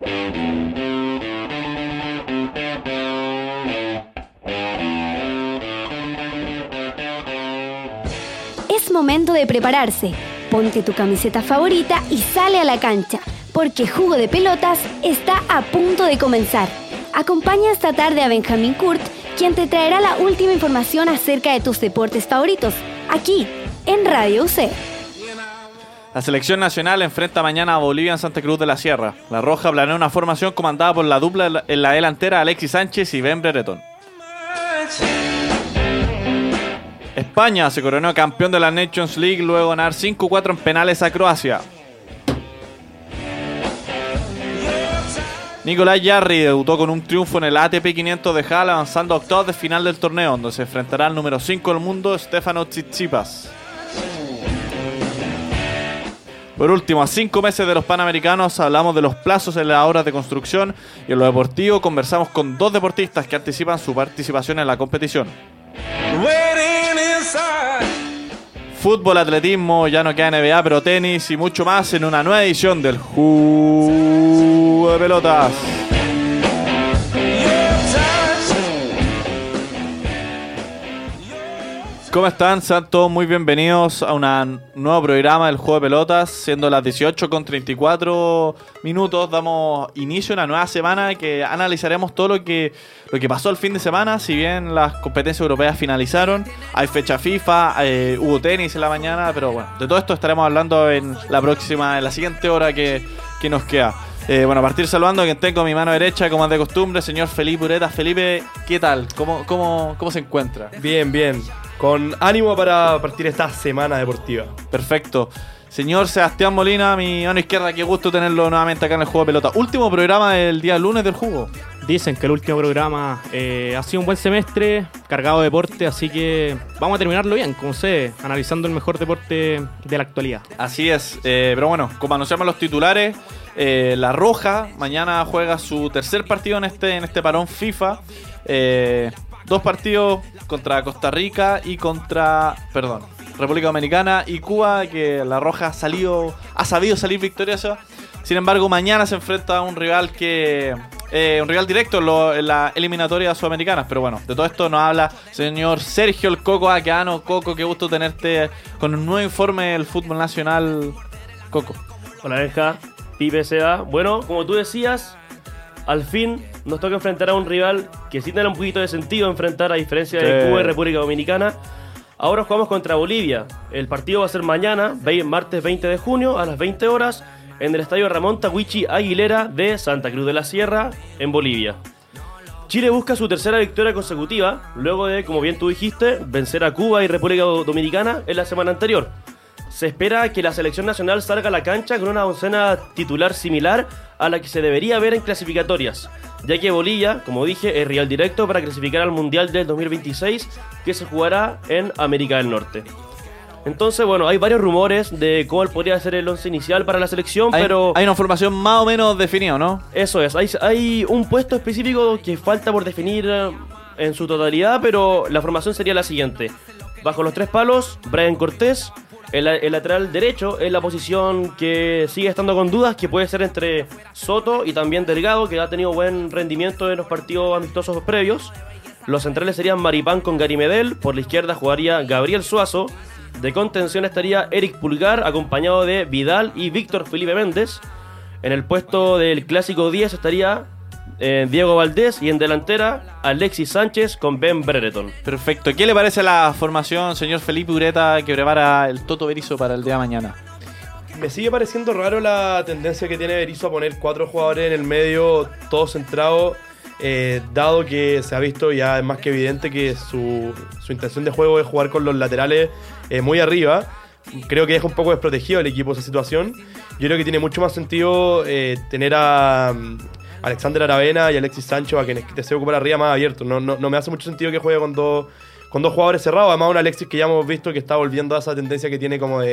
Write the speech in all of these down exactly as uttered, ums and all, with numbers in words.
Es momento de prepararse. Ponte tu camiseta favorita y sale a la cancha, porque Jugo de Pelotas está a punto de comenzar. Acompaña esta tarde a Benjamín Kurt, quien te traerá la última información acerca de tus deportes favoritos, aquí, en Radio U C. La selección nacional enfrenta mañana a Bolivia en Santa Cruz de la Sierra. La Roja planea una formación comandada por la dupla en la delantera Alexis Sánchez y Ben Brereton. España se coronó campeón de la Nations League luego de ganar cinco cuatro en penales a Croacia. Nicolás Jarry debutó con un triunfo en el A T P quinientos de Halle, avanzando a octavos de final del torneo, donde se enfrentará al número cinco del mundo, Stefano Tsitsipas. Por último, a cinco meses de los Panamericanos, hablamos de los plazos en las obras de construcción y en lo deportivo conversamos con dos deportistas que anticipan su participación en la competición. Fútbol, atletismo, ya no queda N B A, pero tenis y mucho más en una nueva edición del Jugo de Pelotas. ¿Cómo están? Sean todos muy bienvenidos a un nuevo programa del Juego de Pelotas. Siendo las dieciocho con treinta y cuatro minutos, damos inicio a una nueva semana que analizaremos todo lo que, lo que pasó el fin de semana. Si bien las competencias europeas finalizaron, hay fecha FIFA, eh, hubo tenis en la mañana, pero bueno, de todo esto estaremos hablando en la próxima, en la siguiente hora que, que nos queda. Eh, bueno, a partir saludando a quien tengo a mi mano derecha, como es de costumbre, señor Felipe Ureta. Felipe, ¿qué tal? ¿Cómo, cómo, cómo se encuentra? Bien, bien. Con ánimo para partir esta semana deportiva. Perfecto. Señor Sebastián Molina, mi mano izquierda, qué gusto tenerlo nuevamente acá en el Juego de Pelota. Último programa del día lunes del Jugo. Dicen que el último programa eh, ha sido un buen semestre, cargado de deporte, así que vamos a terminarlo bien, como sé, analizando el mejor deporte de la actualidad. Así es, eh, pero bueno, como anunciamos los titulares, eh, La Roja mañana juega su tercer partido en este, en este parón FIFA. Eh... Dos partidos contra Costa Rica y contra, perdón, República Dominicana y Cuba, que La Roja ha salido, ha sabido salir victoriosa. Sin embargo, mañana se enfrenta a un rival que, eh, un rival directo en, lo, en la eliminatoria sudamericana. Pero bueno, de todo esto nos habla señor Sergio el Coco Aqueano. Coco, qué gusto tenerte con un nuevo informe del fútbol nacional. Coco. Hola, Benja, Pipe se da. Bueno, como tú decías, al fin nos toca enfrentar a un rival que sí tiene un poquito de sentido enfrentar, a diferencia de Cuba y República Dominicana. Ahora jugamos contra Bolivia. El partido va a ser mañana, martes veinte de junio, a las veinte horas, en el estadio Ramón Tahuichi Aguilera de Santa Cruz de la Sierra, en Bolivia. Chile busca su tercera victoria consecutiva, luego de, como bien tú dijiste, vencer a Cuba y República Dominicana en la semana anterior. Se espera que la selección nacional salga a la cancha con una oncena titular similar a la que se debería ver en clasificatorias, ya que Bolivia, como dije, es rival directo para clasificar al Mundial del dos mil veintiséis, que se jugará en América del Norte. Entonces, bueno, hay varios rumores de cuál podría ser el once inicial para la selección, hay, pero... Hay una formación más o menos definida, ¿no? Eso es, hay, hay un puesto específico que falta por definir en su totalidad, pero la formación sería la siguiente. Bajo los tres palos, Brian Cortés. El, el lateral derecho es la posición que sigue estando con dudas, que puede ser entre Soto y también Delgado, que ha tenido buen rendimiento en los partidos amistosos previos. Los centrales serían Maripán con Gary Medel. Por la izquierda jugaría Gabriel Suazo. De contención estaría Eric Pulgar, acompañado de Vidal y Víctor Felipe Méndez. En el puesto del clásico diez estaría eh, Diego Valdés, y en delantera Alexis Sánchez con Ben Brereton. Perfecto. ¿Qué le parece la formación, señor Felipe Ureta, que prepara el Toto Berizzo para el día de mañana? Me sigue pareciendo raro la tendencia que tiene Berizzo a poner cuatro jugadores en el medio, todos centrados, eh, dado que se ha visto ya es más que evidente que su, su intención de juego es jugar con los laterales eh, muy arriba. Creo que deja un poco desprotegido el equipo esa situación. Yo creo que tiene mucho más sentido eh, tener a um, Alexander Aravena y Alexis Sánchez, a quienes deseo ocupar arriba más abiertos. No, no, no me hace mucho sentido que juegue con dos, con dos jugadores cerrados. Además, un Alexis que ya hemos visto que está volviendo a esa tendencia que tiene como de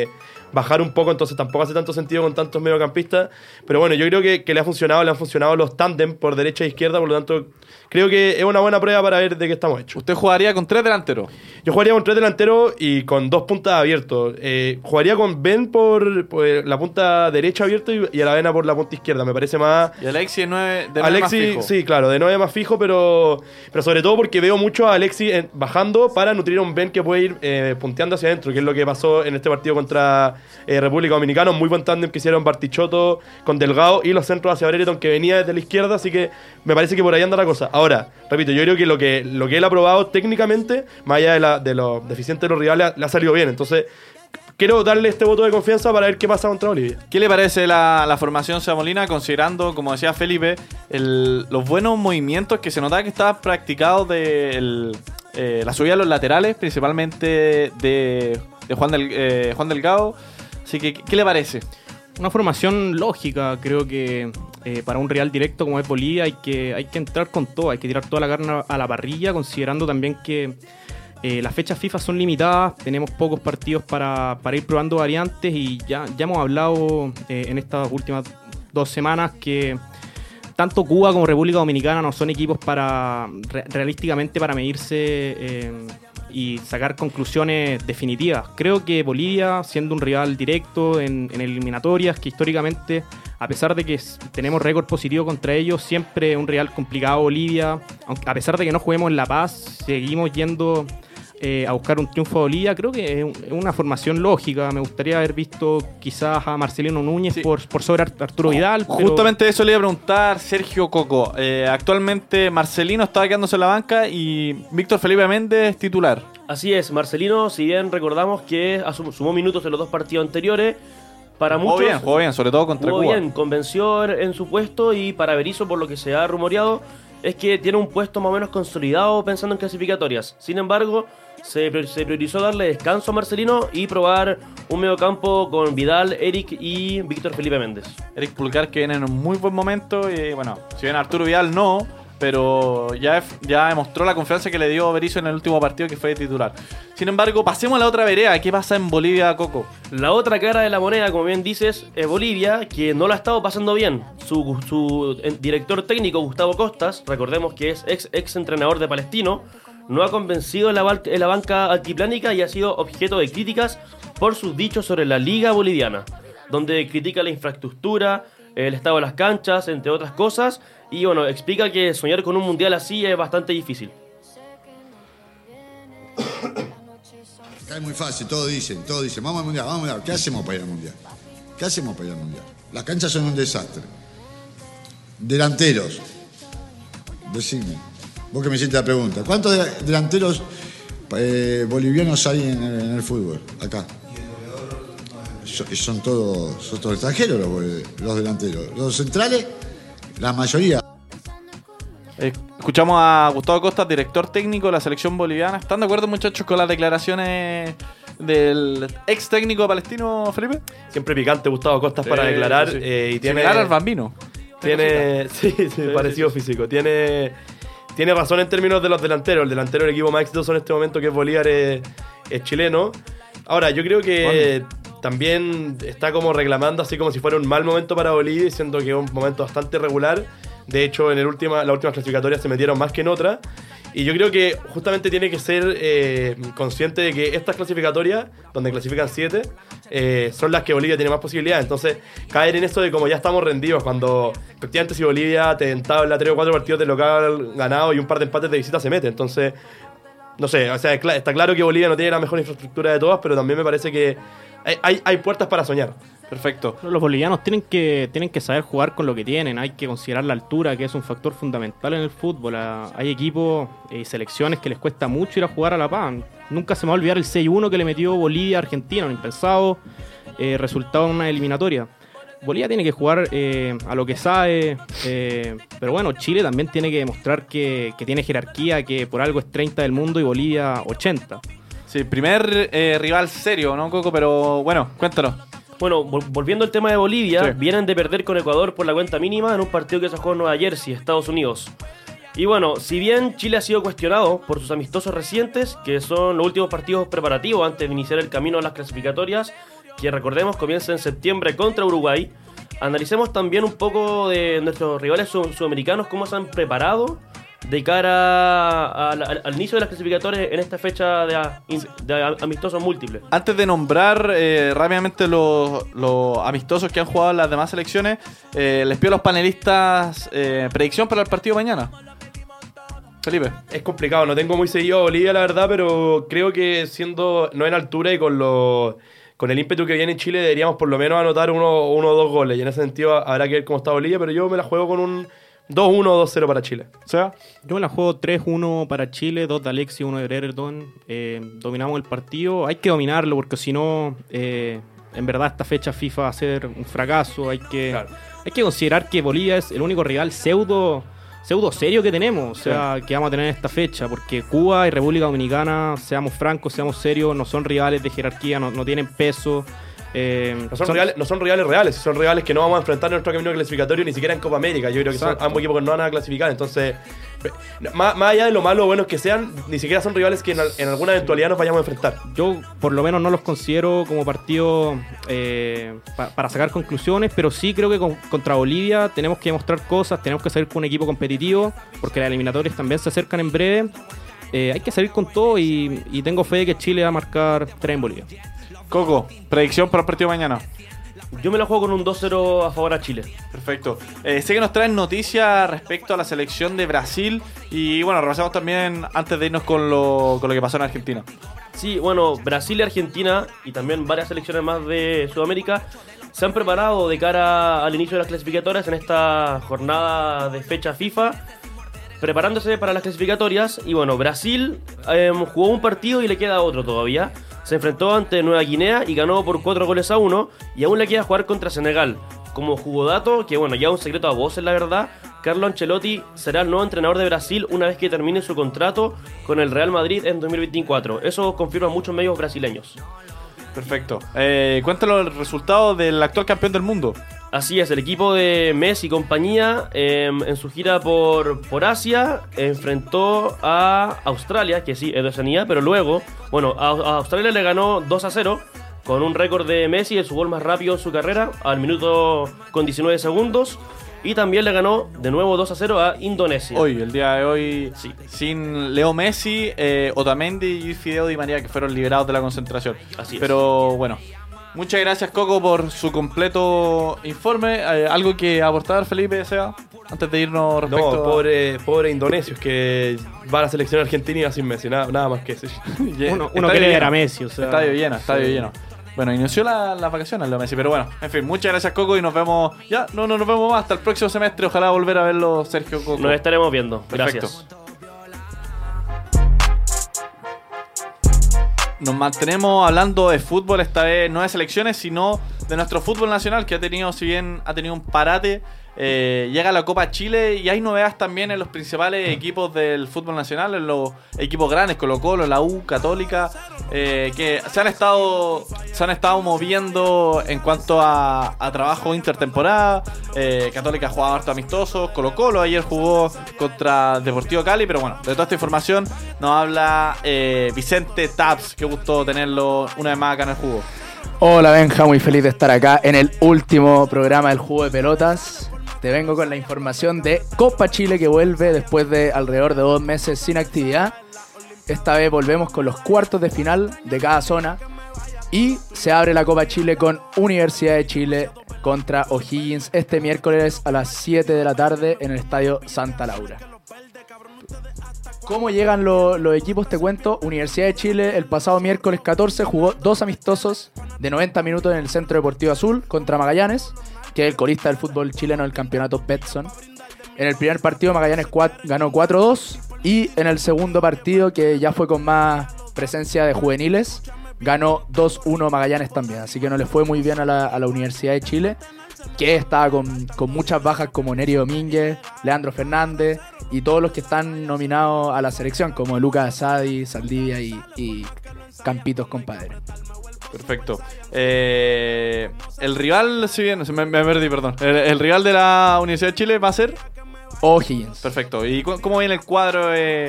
bajar un poco, entonces tampoco hace tanto sentido con tantos mediocampistas. Pero bueno, yo creo que, que le ha funcionado, le han funcionado los tándem por derecha e izquierda, por lo tanto creo que es una buena prueba para ver de qué estamos hechos. ¿Usted jugaría con tres delanteros? Yo jugaría con tres delanteros y con dos puntas abiertos. Eh, jugaría con Ben por, por la punta derecha abierta y, y Aravena por la punta izquierda. Me parece más... Y Alexis de nueve, de nueve Alexis, más fijo. sí, claro, de nueve más fijo, pero, pero sobre todo porque veo mucho a Alexis en- bajando para nutrir a un Ben que puede ir eh, punteando hacia adentro, que es lo que pasó en este partido contra eh, República Dominicana. Un muy buen tándem que hicieron Bartichotto con Delgado y los centros hacia Brereton, que venía desde la izquierda, así que me parece que por ahí anda la cosa. Ahora, repito, yo creo que lo que, lo que él ha probado técnicamente, más allá de, la, de lo deficiente de los rivales, le ha salido bien. Entonces, quiero darle este voto de confianza para ver qué pasa contra Bolivia. ¿Qué le parece la, la formación Samolina, considerando, como decía Felipe, el- los buenos movimientos que se notaba que estaban practicados de el- eh, la subida de los laterales, principalmente de, de Juan, del, eh, Juan Delgado? Así que, ¿qué le parece? Una formación lógica, creo que eh, para un rival directo como es Bolivia hay que, hay que entrar con todo, hay que tirar toda la carne a la parrilla, considerando también que eh, las fechas FIFA son limitadas, tenemos pocos partidos para, para ir probando variantes y ya, ya hemos hablado eh, en estas últimas dos semanas que tanto Cuba como República Dominicana no son equipos para re- realísticamente para medirse eh, y sacar conclusiones definitivas. Creo que Bolivia, siendo un rival directo en, en eliminatorias, que históricamente, a pesar de que s- tenemos récord positivo contra ellos, siempre un rival complicado Bolivia, aunque a pesar de que no juguemos en La Paz, seguimos yendo eh, a buscar un triunfo a Bolivia. Creo que es un- es una formación lógica. Me gustaría haber visto quizás a Marcelino Núñez Sí. por, por sobre Ar- Arturo Vidal. pero- Justamente eso le iba a preguntar Sergio Coco. Eh, actualmente Marcelino estaba quedándose en la banca y Víctor Felipe Méndez titular. Así es, Marcelino, si bien recordamos que asum- sumó minutos en los dos partidos anteriores, para Jugó muchos bien, jugó bien, sobre todo contra jugó Cuba. bien, convenció en su puesto, y para Berizzo, por lo que se ha rumoreado, es que tiene un puesto más o menos consolidado pensando en clasificatorias. Sin embargo, se, prior- se priorizó darle descanso a Marcelino y probar un mediocampo con Vidal, Eric y Víctor Felipe Méndez. Eric Pulgar, que viene en un muy buen momento. Y bueno, si bien Arturo Vidal no, pero ya, ya demostró la confianza que le dio Berizzo en el último partido, que fue de titular. Sin embargo, pasemos a la otra vereda. ¿Qué pasa en Bolivia, Coco? La otra cara de la moneda, como bien dices, es Bolivia, que no la ha estado pasando bien. Su, su eh, director técnico, Gustavo Costas, recordemos que es ex, ex entrenador de Palestino, no ha convencido en la, val- en la banca altiplánica y ha sido objeto de críticas por sus dichos sobre la liga boliviana, donde critica la infraestructura, el estado de las canchas, entre otras cosas, y bueno, explica que soñar con un mundial así es bastante difícil. Acá es muy fácil, todos dicen, todos dicen, vamos al mundial, vamos al mundial. ¿Qué hacemos para ir al mundial? ¿Qué hacemos para ir al mundial? Las canchas son un desastre. Delanteros. Decime. Vos que me hiciste la pregunta. ¿Cuántos de- delanteros eh, bolivianos hay en el, en el fútbol? Acá. So- Son todos, son todos extranjeros los, bol- los delanteros. Los centrales, la mayoría. Eh, escuchamos a Gustavo Costas, director técnico de la selección boliviana. ¿Están de acuerdo, muchachos, con las declaraciones del ex técnico palestino, Felipe? Siempre picante Gustavo Costas para Sí, declarar. sí. eh, y tiene, Similar al Bambino. tiene sí, sí, Sí, parecido sí, sí. físico. Tiene, tiene razón en términos de los delanteros. El delantero del equipo más exitoso en este momento, que es Bolívar, es, es chileno. Ahora, yo creo que también está como reclamando así como si fuera un mal momento para Bolivia, diciendo que es un momento bastante irregular. De hecho, en el última, las últimas clasificatorias se metieron más que en otras. Y yo creo que justamente tiene que ser eh, consciente de que estas clasificatorias, donde clasifican siete, eh, son las que Bolivia tiene más posibilidades. Entonces, caer en esto de como ya estamos rendidos, cuando efectivamente si Bolivia te entabla tres o cuatro partidos de local ganado y un par de empates de visita, se mete. Entonces, no sé, o sea, es cla- está claro que Bolivia no tiene la mejor infraestructura de todas, pero también me parece que hay, hay, hay puertas para soñar. Perfecto. Los bolivianos tienen que, tienen que saber jugar con lo que tienen. Hay que considerar la altura, que es un factor fundamental en el fútbol. Ah, Hay equipos y selecciones que les cuesta mucho ir a jugar a La Paz. Nunca se me va a olvidar el seis uno que le metió Bolivia a Argentina, un impensado eh, resultado en una eliminatoria. Bolivia tiene que jugar eh, a lo que sabe, eh, pero bueno, Chile también tiene que demostrar que, que tiene jerarquía, que por algo es treinta del mundo y Bolivia ochenta. Sí, primer eh, rival serio, ¿no, Coco? Pero bueno, cuéntanos. Bueno, vol- volviendo al tema de Bolivia, Sí. vienen de perder con Ecuador por la cuenta mínima en un partido que se jugó en Nueva Jersey, Estados Unidos. Y bueno, si bien Chile ha sido cuestionado por sus amistosos recientes, que son los últimos partidos preparativos antes de iniciar el camino a las clasificatorias, que recordemos comienza en septiembre contra Uruguay. Analicemos también un poco de nuestros rivales sud- sudamericanos, cómo se han preparado de cara a- a- al, al inicio de las clasificatorias en esta fecha de, a- de a- amistosos múltiples. Antes de nombrar eh, rápidamente los, los amistosos que han jugado en las demás selecciones, eh, les pido a los panelistas eh, predicción para el partido de mañana. Felipe. Es complicado, no tengo muy seguido a Bolivia, la verdad, pero creo que siendo no en altura y con los con el ímpetu que viene en Chile, deberíamos por lo menos anotar uno, uno o dos goles. Y en ese sentido habrá que ver cómo está Bolivia, pero yo me la juego con un dos uno o dos cero para Chile. O sea, Yo me la juego tres uno para Chile, dos de Alexis, uno de Brereton. Eh, dominamos el partido. Hay que dominarlo porque si no, eh, en verdad esta fecha FIFA va a ser un fracaso. Hay que, Claro. hay que considerar que Bolivia es el único rival pseudo, pseudo serio que tenemos. O sea, que vamos a tener en esta fecha. Porque Cuba y República Dominicana, seamos francos, seamos serios, no son rivales de jerarquía, no, no tienen peso. Eh, No son, rivales, no son rivales reales, son rivales que no vamos a enfrentar en nuestro camino clasificatorio ni siquiera en Copa América. Yo creo que Exacto. son ambos equipos que no van a clasificar. Entonces, más, más allá de lo malo o buenos que sean, ni siquiera son rivales que en, al- en alguna eventualidad nos vayamos a enfrentar. Yo por lo menos no los considero como partido eh, pa- para sacar conclusiones, pero sí creo que con- contra Bolivia tenemos que demostrar cosas, tenemos que salir con un equipo competitivo, porque las eliminatorias también se acercan en breve. Eh, hay que salir con todo y, y tengo fe de que Chile va a marcar tres en Bolivia. Coco, predicción para el partido de mañana. Yo me la juego con un dos cero a favor a Chile. Perfecto. Eh, sé que nos traen noticias respecto a la selección de Brasil y bueno, repasamos también antes de irnos con lo, con lo que pasó en Argentina. Sí, bueno, Brasil y Argentina y también varias selecciones más de Sudamérica se han preparado de cara al inicio de las clasificatorias en esta jornada de fecha FIFA, preparándose para las clasificatorias. Y bueno, Brasil eh, jugó un partido y le queda otro todavía. Se enfrentó ante Nueva Guinea y ganó por cuatro goles a uno. Y aún le queda jugar contra Senegal. Como jugodato, que bueno, ya un secreto a voces la verdad, Carlo Ancelotti será el nuevo entrenador de Brasil una vez que termine su contrato con el Real Madrid en dos mil veinticuatro. Eso confirman muchos medios brasileños. Perfecto. Eh, cuéntanos el resultado del actual campeón del mundo. Así es, el equipo de Messi y compañía eh, en su gira por, por Asia enfrentó a Australia, que sí, es de Oceanía, pero luego, bueno, a, a Australia le ganó dos a cero con un récord de Messi de su gol más rápido en su carrera al minuto con diecinueve segundos, y también le ganó de nuevo dos a cero a Indonesia. Hoy, el día de hoy, Sí. sin Leo Messi, eh, Otamendi y Fideo Di María, que fueron liberados de la concentración. Así es. Pero bueno, muchas gracias Coco por su completo informe. Eh, ¿Algo que aportar, Felipe, sea antes de irnos respecto No, a- pobre, pobre indonesios que va a la selección argentina y va sin Messi, nada, nada más que eso. Yeah. Uno, uno Estadio quiere ver lleno. a Messi, o sea, Estadio lleno, estadio sí. lleno. Bueno, inició la- las vacaciones Leo Messi, pero bueno, en fin, muchas gracias Coco y nos vemos, ya, no, no nos vemos más hasta el próximo semestre, ojalá volver a verlo Sergio Coco. Nos estaremos viendo. Perfecto. Gracias. Nos mantenemos hablando de fútbol, esta vez no de selecciones, sino de nuestro fútbol nacional, que ha tenido, si bien ha tenido un parate, eh, llega la Copa Chile y hay novedades también en los principales equipos del fútbol nacional, en los equipos grandes, Colo Colo, la U, Católica, eh, que se han estado se han estado moviendo en cuanto a, a trabajo intertemporada. eh, Católica jugaba harto amistosos, Colo Colo ayer jugó contra Deportivo Cali, pero bueno, de toda esta información nos habla eh, Vicente Taps, qué gusto tenerlo una vez más acá en el jugo. Hola Benja, muy feliz de estar acá en el último programa del Jugo de Pelotas. Te vengo con la información de Copa Chile que vuelve después de alrededor de dos meses sin actividad. Esta vez volvemos con los cuartos de final de cada zona y se abre la Copa Chile con Universidad de Chile contra O'Higgins este miércoles a las siete de la tarde en el Estadio Santa Laura. ¿Cómo llegan lo- los equipos? Te cuento. Universidad de Chile el pasado miércoles catorce jugó dos amistosos de noventa minutos en el Centro Deportivo Azul contra Magallanes, que es el colista del fútbol chileno del campeonato Betson. En el primer partido Magallanes cua- ganó cuatro dos y en el segundo partido, que ya fue con más presencia de juveniles, ganó dos uno Magallanes también. Así que no le fue muy bien a la, a la Universidad de Chile, que estaba con, con muchas bajas como Neri Domínguez, Leandro Fernández y todos los que están nominados a la selección, como Lucas Asadi, Saldivia y, y Campitos compadre. Perfecto. Eh, el rival, si bien, me, me perdí, perdón. El, el rival de la Universidad de Chile va a ser. O'Higgins. Perfecto. ¿Y cu- cómo viene el cuadro? Eh,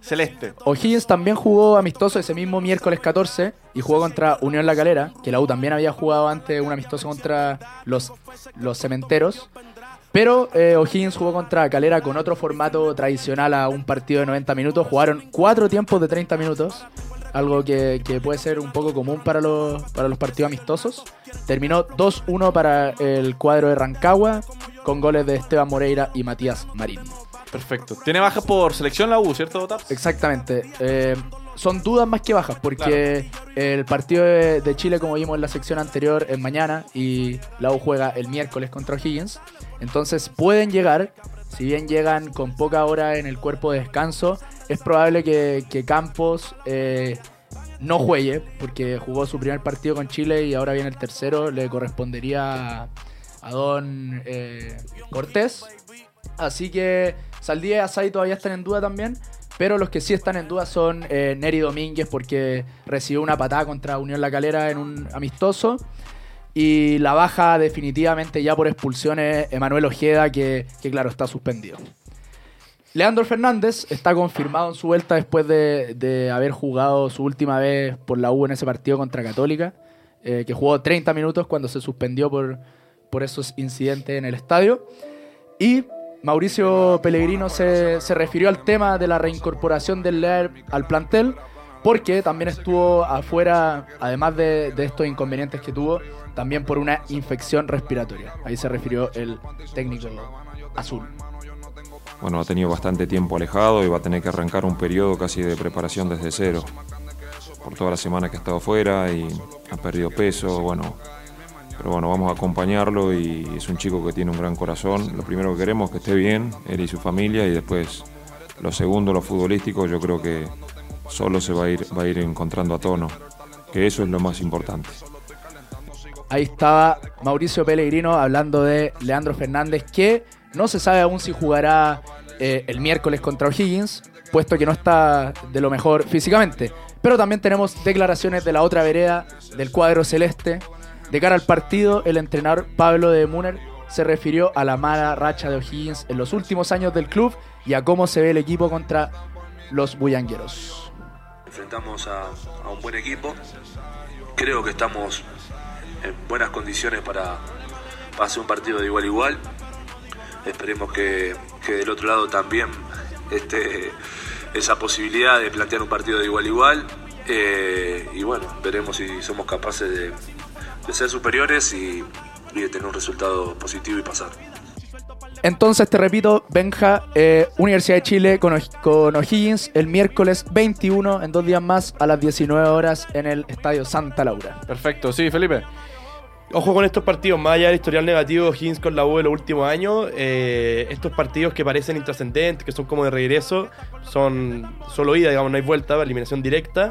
celeste. O'Higgins también jugó amistoso ese mismo miércoles catorce y jugó contra Unión La Calera, que la U también había jugado antes un amistoso contra los, los Cementeros. Pero eh, O'Higgins jugó contra Calera con otro formato tradicional a un partido de noventa minutos. Jugaron cuatro tiempos de treinta minutos, algo que, que puede ser un poco común para los, para los partidos amistosos. Terminó dos uno para el cuadro de Rancagua, con goles de Esteban Moreira y Matías Marín. Perfecto. Tiene bajas por selección la U, ¿cierto, Taps? Exactamente. Eh, son dudas más que bajas, porque claro, el partido de, de Chile, como vimos en la sección anterior, es mañana y la U juega el miércoles contra O'Higgins. Entonces pueden llegar, si bien llegan con poca hora en el cuerpo de descanso, es probable que, que Campos eh, no juegue, porque jugó su primer partido con Chile y ahora viene el tercero, le correspondería a, a Don eh, Cortés. Así que Saldía y Asai todavía están en duda también, pero los que sí están en duda son eh, Neri Domínguez, porque recibió una patada contra Unión La Calera en un amistoso. Y la baja definitivamente ya por expulsiones Emanuel Ojeda, que, que claro, está suspendido. Leandro Fernández está confirmado en su vuelta después de, de haber jugado su última vez por la U en ese partido contra Católica, eh, que jugó treinta minutos cuando se suspendió por, por esos incidentes en el estadio. Y Mauricio Pellegrino se, se refirió al tema de la reincorporación del Lear al plantel, porque también estuvo afuera, además de, de estos inconvenientes que tuvo, también por una infección respiratoria. Ahí se refirió el técnico azul. Bueno, ha tenido bastante tiempo alejado y va a tener que arrancar un periodo casi de preparación desde cero. Por toda la semana que ha estado fuera y ha perdido peso, bueno. Pero bueno, vamos a acompañarlo y es un chico que tiene un gran corazón. Lo primero que queremos es que esté bien, él y su familia, y después lo segundo, lo futbolístico, yo creo que solo se va a ir, va a ir encontrando a tono, que eso es lo más importante. Ahí estaba Mauricio Pellegrino hablando de Leandro Fernández, que no se sabe aún si jugará eh, el miércoles contra O'Higgins, puesto que no está de lo mejor físicamente. Pero también tenemos declaraciones de la otra vereda del cuadro celeste. De cara al partido, el entrenador Pablo de Muner se refirió a la mala racha de O'Higgins en los últimos años del club y a cómo se ve el equipo contra los bullangueros. Enfrentamos a, a un buen equipo. Creo que estamos en buenas condiciones para, para hacer un partido de igual a igual. Esperemos que, que del otro lado también esté esa posibilidad de plantear un partido de igual a igual. Eh, y bueno, veremos si somos capaces de, de ser superiores y, y de tener un resultado positivo y pasar. Entonces te repito, Benja, eh, Universidad de Chile con, con O'Higgins el miércoles veintiuno, en dos días más, a las diecinueve horas en el Estadio Santa Laura. Perfecto, sí, Felipe. Ojo con estos partidos, más allá del historial negativo de O'Higgins con la U de los últimos años, eh, estos partidos que parecen intrascendentes, que son como de regreso, son solo ida, digamos, no hay vuelta, eliminación directa,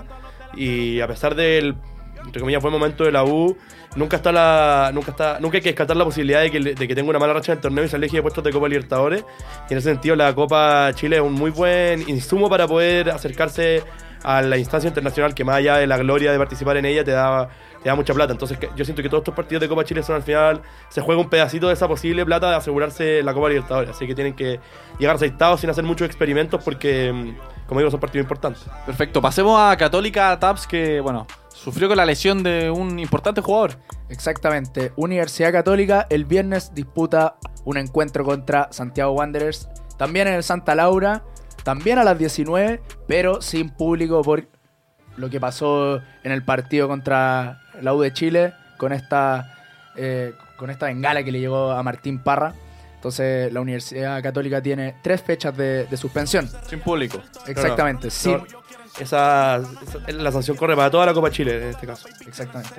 y a pesar del, entre comillas, buen momento de la U, nunca está la nunca está nunca hay que descartar la posibilidad de que, de que tenga una mala racha en el torneo y se aleje de puestos de Copa Libertadores, y en ese sentido la Copa Chile es un muy buen insumo para poder acercarse a la instancia internacional, que más allá de la gloria de participar en ella te da, te da mucha plata. Entonces yo siento que todos estos partidos de Copa Chile son, al final se juega un pedacito de esa posible plata de asegurarse la Copa Libertadores, así que tienen que llegar aceitados sin hacer muchos experimentos porque, como digo, son partidos importantes. Perfecto, pasemos a Católica, Taps, que bueno, sufrió con la lesión de un importante jugador. Exactamente, Universidad Católica el viernes disputa un encuentro contra Santiago Wanderers, también en el Santa Laura, también a las diecinueve, pero sin público por lo que pasó en el partido contra la U de Chile, con esta, eh, con esta bengala que le llegó a Martín Parra. Entonces la Universidad Católica tiene tres fechas de, de suspensión. Sin público. Exactamente, No, no, sin... no, esa, esa, la sanción corre para toda la Copa Chile en este caso. Exactamente.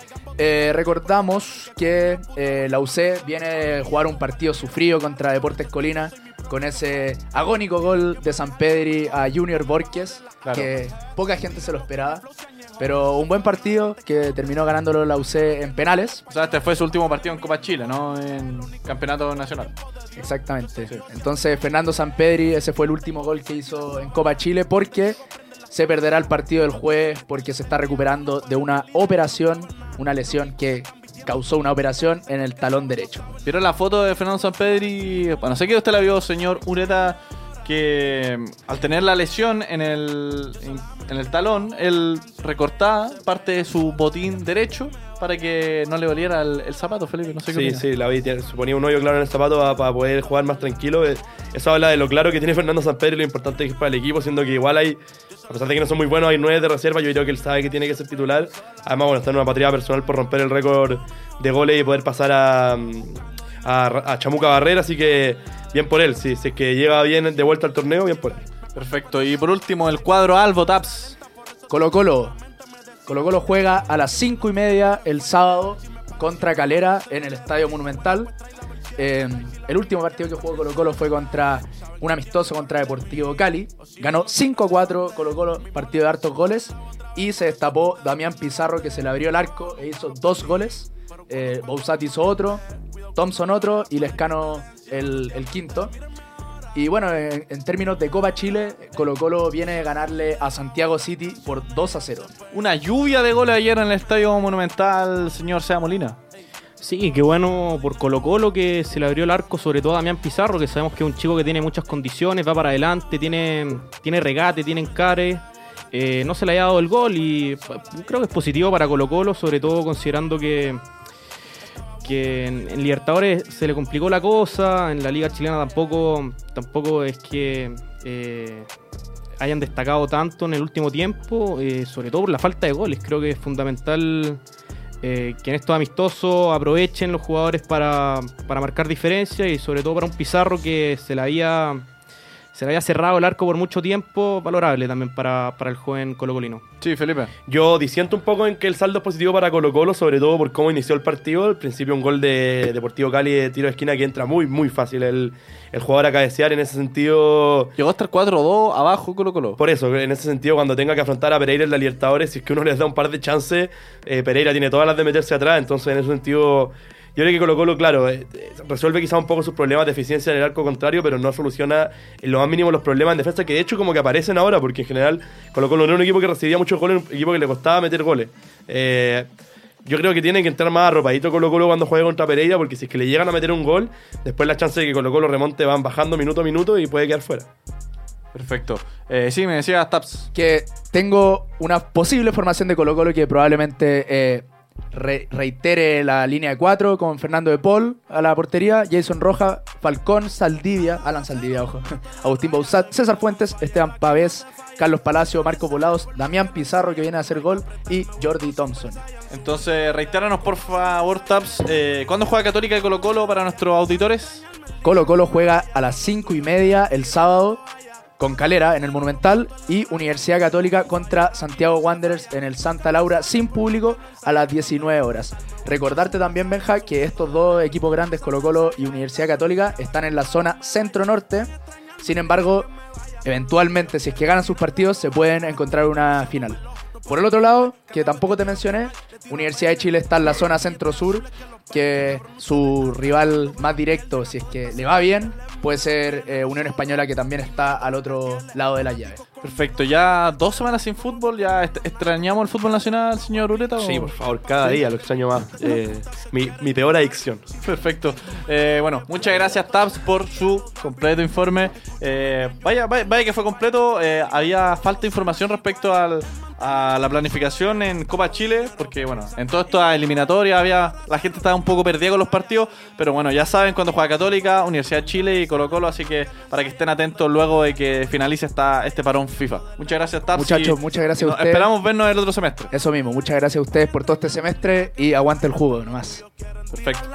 Eh, recordamos que eh, la U C viene de jugar un partido sufrido contra Deportes Colina, con ese agónico gol de Sampedri a Junior Borges, claro, que poca gente se lo esperaba. Pero un buen partido que terminó ganándolo la U C en penales. O sea, este fue su último partido en Copa Chile, ¿no? En Campeonato Nacional. Exactamente. Sí. Entonces, Fernando Sampedri, ese fue el último gol que hizo en Copa Chile, porque se perderá el partido del jueves porque se está recuperando de una operación, una lesión que causó una operación en el talón derecho. ¿Vieron la foto de Fernando Sampedri? Bueno, sé que usted la vio, señor Ureta, que al tener la lesión en el, en, en el talón, él recortaba parte de su botín derecho para que no le doliera el, el zapato, Felipe. No sé qué Sí, opinas. sí, la vi. Se ponía un hoyo claro en el zapato para, para poder jugar más tranquilo. Eso habla de lo claro que tiene Fernando Sampedri y lo importante que es para el equipo, siendo que igual hay, a pesar de que no son muy buenos, hay nueve de reserva. Yo creo que él sabe que tiene que ser titular. Además, bueno, está en una patria personal por romper el récord de goles y poder pasar a, a, a Chamuca Barrera. Así que bien por él. Si sí, es que llega bien de vuelta al torneo, bien por él. Perfecto. Y por último, el cuadro Albo, Taps. Colo Colo. Colo Colo juega a las cinco y media el sábado contra Calera en el Estadio Monumental. Eh, el último partido que jugó Colo Colo fue contra un amistoso contra Deportivo Cali. Ganó cinco a cuatro Colo Colo, partido de hartos goles. Y se destapó Damián Pizarro, que se le abrió el arco e hizo dos goles. Eh, Bouzat hizo otro, Thompson otro y Lescano el, el quinto. Y bueno, en, en términos de Copa Chile, Colo Colo viene de ganarle a Santiago City por dos a cero. Una lluvia de goles ayer en el Estadio Monumental, señor Sea Molina. Sí, qué bueno por Colo Colo que se le abrió el arco, sobre todo a Damián Pizarro, que sabemos que es un chico que tiene muchas condiciones, va para adelante, tiene, tiene regate, tiene encare. Eh, no se le haya dado el gol y creo que es positivo para Colo Colo, sobre todo considerando que... que en, en Libertadores se le complicó la cosa, en la Liga Chilena tampoco tampoco es que eh, hayan destacado tanto en el último tiempo, eh, sobre todo por la falta de goles. Creo que es fundamental eh, que en estos amistosos aprovechen los jugadores para, para marcar diferencia, y sobre todo para un Pizarro que se le había, se le había cerrado el arco por mucho tiempo, valorable también para, para el joven colocolino. Sí, Felipe. Yo disiento un poco en que el saldo es positivo para Colo Colo, sobre todo por cómo inició el partido. Al principio un gol de Deportivo Cali de tiro de esquina que entra muy, muy fácil el, el jugador a cabecear. En ese sentido... Llegó hasta el cuatro dos abajo Colo Colo. Por eso, en ese sentido, cuando tenga que afrontar a Pereira en la Libertadores, si es que uno les da un par de chances, eh, Pereira tiene todas las de meterse atrás. Entonces, en ese sentido... Yo creo que Colo Colo, claro, eh, resuelve quizá un poco sus problemas de eficiencia en el arco contrario, pero no soluciona en lo más mínimo los problemas en defensa, que de hecho como que aparecen ahora, porque en general Colo Colo no era un equipo que recibía muchos goles, un equipo que le costaba meter goles. Eh, yo creo que tiene que entrar más arropadito Colo Colo cuando juegue contra Pereira, porque si es que le llegan a meter un gol, después las chances de que Colo Colo remonte van bajando minuto a minuto y puede quedar fuera. Perfecto. Eh, sí, me decía Taps. Que tengo una posible formación de Colo Colo que probablemente... Eh, Re- reitere la línea de cuatro con Fernando de Paul a la portería, Jason Roja, Falcón, Saldivia, Alan Saldivia, ojo, Agustín Bouzat, César Fuentes, Esteban Pavés, Carlos Palacio, Marco Volados, Damián Pizarro, que viene a hacer gol, y Jordi Thompson. Entonces, reitéranos por favor, Taps, eh, ¿cuándo juega Católica y Colo Colo para nuestros auditores? Colo Colo juega a las cinco y media el sábado con Calera en el Monumental, y Universidad Católica contra Santiago Wanderers en el Santa Laura sin público a las diecinueve horas. Recordarte también, Benja, que estos dos equipos grandes, Colo Colo y Universidad Católica, están en la zona centro-norte. Sin embargo, eventualmente, si es que ganan sus partidos, se pueden encontrar una final. Por el otro lado, que tampoco te mencioné, Universidad de Chile está en la zona centro-sur, que su rival más directo, si es que le va bien, puede ser eh, Unión Española, que también está al otro lado de la llave. Perfecto, ya dos semanas sin fútbol, ya est- extrañamos el fútbol nacional, señor Ureta. Sí, o... por favor, cada ¿Sí? día lo extraño más. Eh, mi, mi peor adicción. Perfecto. Eh, bueno, muchas gracias, Taps, por su completo informe. Eh, vaya, vaya, vaya que fue completo. Eh, había falta de información respecto al, a la planificación en Copa Chile, porque bueno, en toda esta eliminatoria había, la gente estaba un poco perdida con los partidos, pero bueno, ya saben cuándo juega Católica, Universidad de Chile y Colo Colo, así que para que estén atentos luego de que finalice esta, este parón FIFA. Muchas gracias, Taps. Muchachos, y, muchas gracias a nos ustedes. Esperamos vernos el otro semestre. Eso mismo, muchas gracias a ustedes por todo este semestre y aguante el jugo nomás. Perfecto.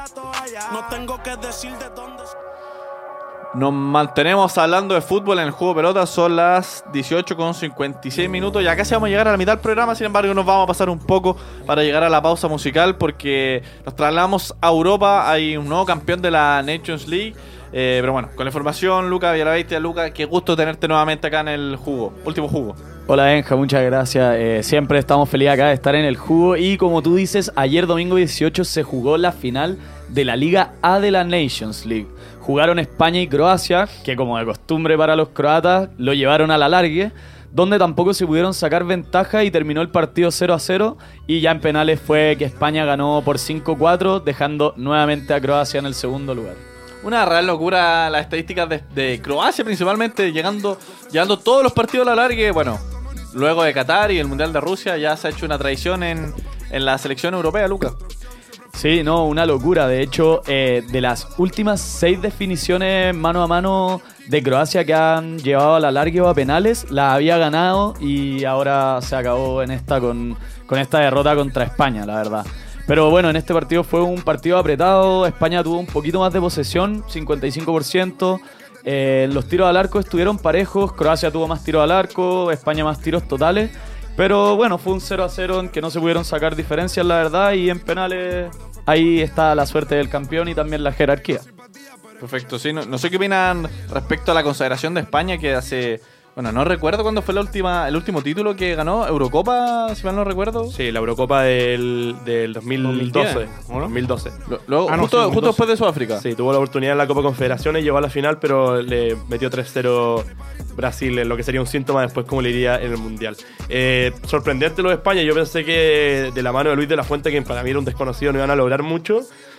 Nos mantenemos hablando de fútbol en el juego pelota. Son las dieciocho con cincuenta y seis minutos. Ya casi vamos a llegar a la mitad del programa. Sin embargo, nos vamos a pasar un poco para llegar a la pausa musical, porque nos trasladamos a Europa. Hay un nuevo campeón de la Nations League. Eh, pero bueno, con la información, Luca Villaviste. Luca, qué gusto tenerte nuevamente acá en el jugo. Último jugo. Hola Benja, muchas gracias. Eh, siempre estamos felices acá de estar en el jugo. Y como tú dices, ayer domingo dieciocho se jugó la final de la Liga A de la Nations League. Jugaron España y Croacia, que como de costumbre para los croatas, lo llevaron a la largue, donde tampoco se pudieron sacar ventaja y terminó el partido cero a cero. Y ya en penales fue que España ganó por cinco cuatro, dejando nuevamente a Croacia en el segundo lugar. una real locura las estadísticas de, de Croacia, principalmente, llegando, llegando todos los partidos a la larga. Bueno, luego de Qatar y el Mundial de Rusia, ya se ha hecho una tradición en, en la selección europea, Lucas. Sí, no, una locura. De hecho, eh, de las últimas seis definiciones mano a mano de Croacia que han llevado a la larga o a penales, la había ganado y ahora se acabó en esta con, con esta derrota contra España, la verdad. Pero bueno, en este partido fue un partido apretado. España tuvo un poquito más de posesión, cincuenta y cinco por ciento. Eh, los tiros al arco estuvieron parejos. Croacia tuvo más tiros al arco, España más tiros totales. Pero bueno, fue un cero a cero en que no se pudieron sacar diferencias, la verdad. Y en penales ahí está la suerte del campeón y también la jerarquía. Perfecto, sí. No, no sé qué opinan respecto a la consagración de España, que hace... Bueno, no recuerdo cuándo fue la última, el último título que ganó. Eurocopa, si mal no recuerdo. Sí, la Eurocopa del, del dos mil doce. ¿O no? dos mil doce. Luego, ah, no, justo, sí, justo después de Sudáfrica. Sí, tuvo la oportunidad en la Copa Confederaciones, llegó a la final, pero le metió tres cero Brasil, en lo que sería un síntoma después, como le diría, en el Mundial. Eh, sorprendente lo de España. Yo pensé que de la mano de Luis de la Fuente, que para mí era un desconocido, no iban a lograr mucho.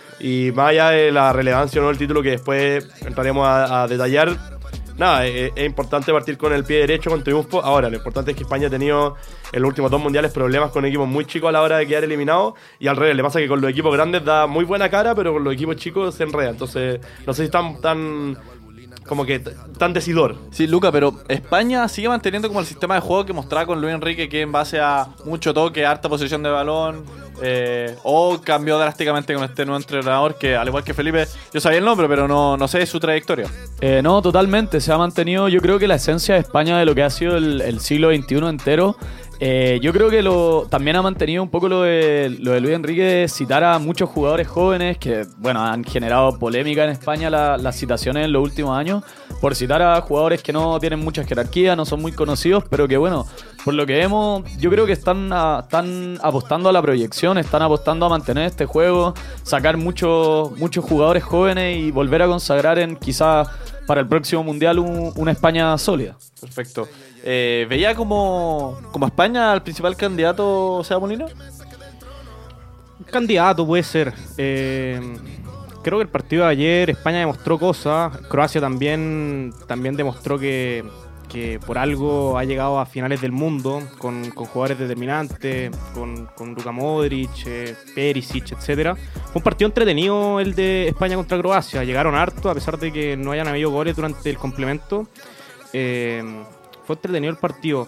Y más allá de la relevancia o no del título, que después entraremos a, a detallar, nada, es, es importante partir con el pie derecho, con triunfo. Ahora, lo importante es que España ha tenido en los últimos dos mundiales problemas con equipos muy chicos a la hora de quedar eliminados. Y al revés, le pasa que con los equipos grandes da muy buena cara, pero con los equipos chicos se enreda. Entonces, no sé si están tan... como que t- tan decidor. Sí, Luca, pero España sigue manteniendo como el sistema de juego que mostraba con Luis Enrique, que en base a mucho toque, harta posesión de balón, eh, o cambió drásticamente con este nuevo entrenador, que al igual que Felipe, yo sabía el nombre, pero no, no sé su trayectoria. Eh, no, totalmente, se ha mantenido, yo creo que la esencia de España de lo que ha sido el, el siglo veintiuno entero. Eh, yo creo que lo también ha mantenido un poco lo de, lo de Luis Enrique, de citar a muchos jugadores jóvenes que, bueno, han generado polémica en España la, las citaciones en los últimos años, por citar a jugadores que no tienen mucha jerarquía, no son muy conocidos, pero que, bueno, por lo que vemos, yo creo que están, a, están apostando a la proyección, están apostando a mantener este juego, sacar muchos, muchos jugadores jóvenes y volver a consagrar en quizás para el próximo Mundial un, una España sólida. Perfecto. Eh, ¿Veía como, como España al principal candidato, Seba Molina? Un candidato puede ser. Eh, creo que el partido de ayer España demostró cosas. Croacia también, también demostró que, que por algo ha llegado a finales del mundo con, con jugadores determinantes, con, con Luka Modric, eh, Perisic, etcétera. Fue un partido entretenido el de España contra Croacia. Llegaron harto, a pesar de que no hayan habido goles durante el complemento. Eh, fue entretenido el partido.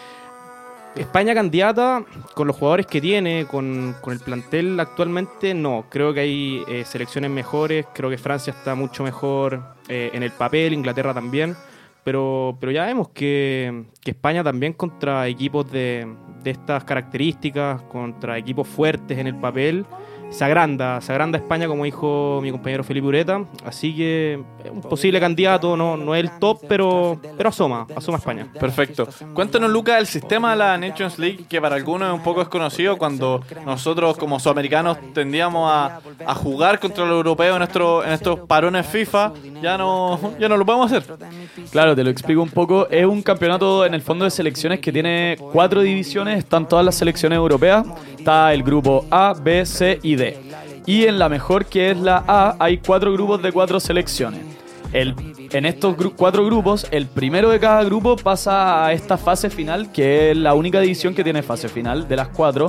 España candidata con los jugadores que tiene, con, con el plantel actualmente, no. Creo que hay eh, selecciones mejores. Creo que Francia está mucho mejor eh, en el papel, Inglaterra también. Pero, pero ya vemos que, que España también contra equipos de, de estas características, contra equipos fuertes en el papel, se agranda, se agranda España, como dijo mi compañero Felipe Ureta. Así que es un posible candidato, no, no es el top, pero, pero asoma, asoma España. Perfecto. Cuéntanos, Lucas, el sistema de la Nations League, que para algunos es un poco desconocido, cuando nosotros como sudamericanos tendíamos a, a jugar contra los europeos en, nuestro, en estos parones FIFA, ya no, ya no lo podemos hacer. Claro, te lo explico un poco. Es un campeonato en el fondo de selecciones que tiene cuatro divisiones. Están todas las selecciones europeas. Está el grupo A, B, C y D. Y en la mejor, que es la A, hay cuatro grupos de cuatro selecciones. El, en estos gru- cuatro grupos, el primero de cada grupo pasa a esta fase final, que es la única división que tiene fase final de las cuatro.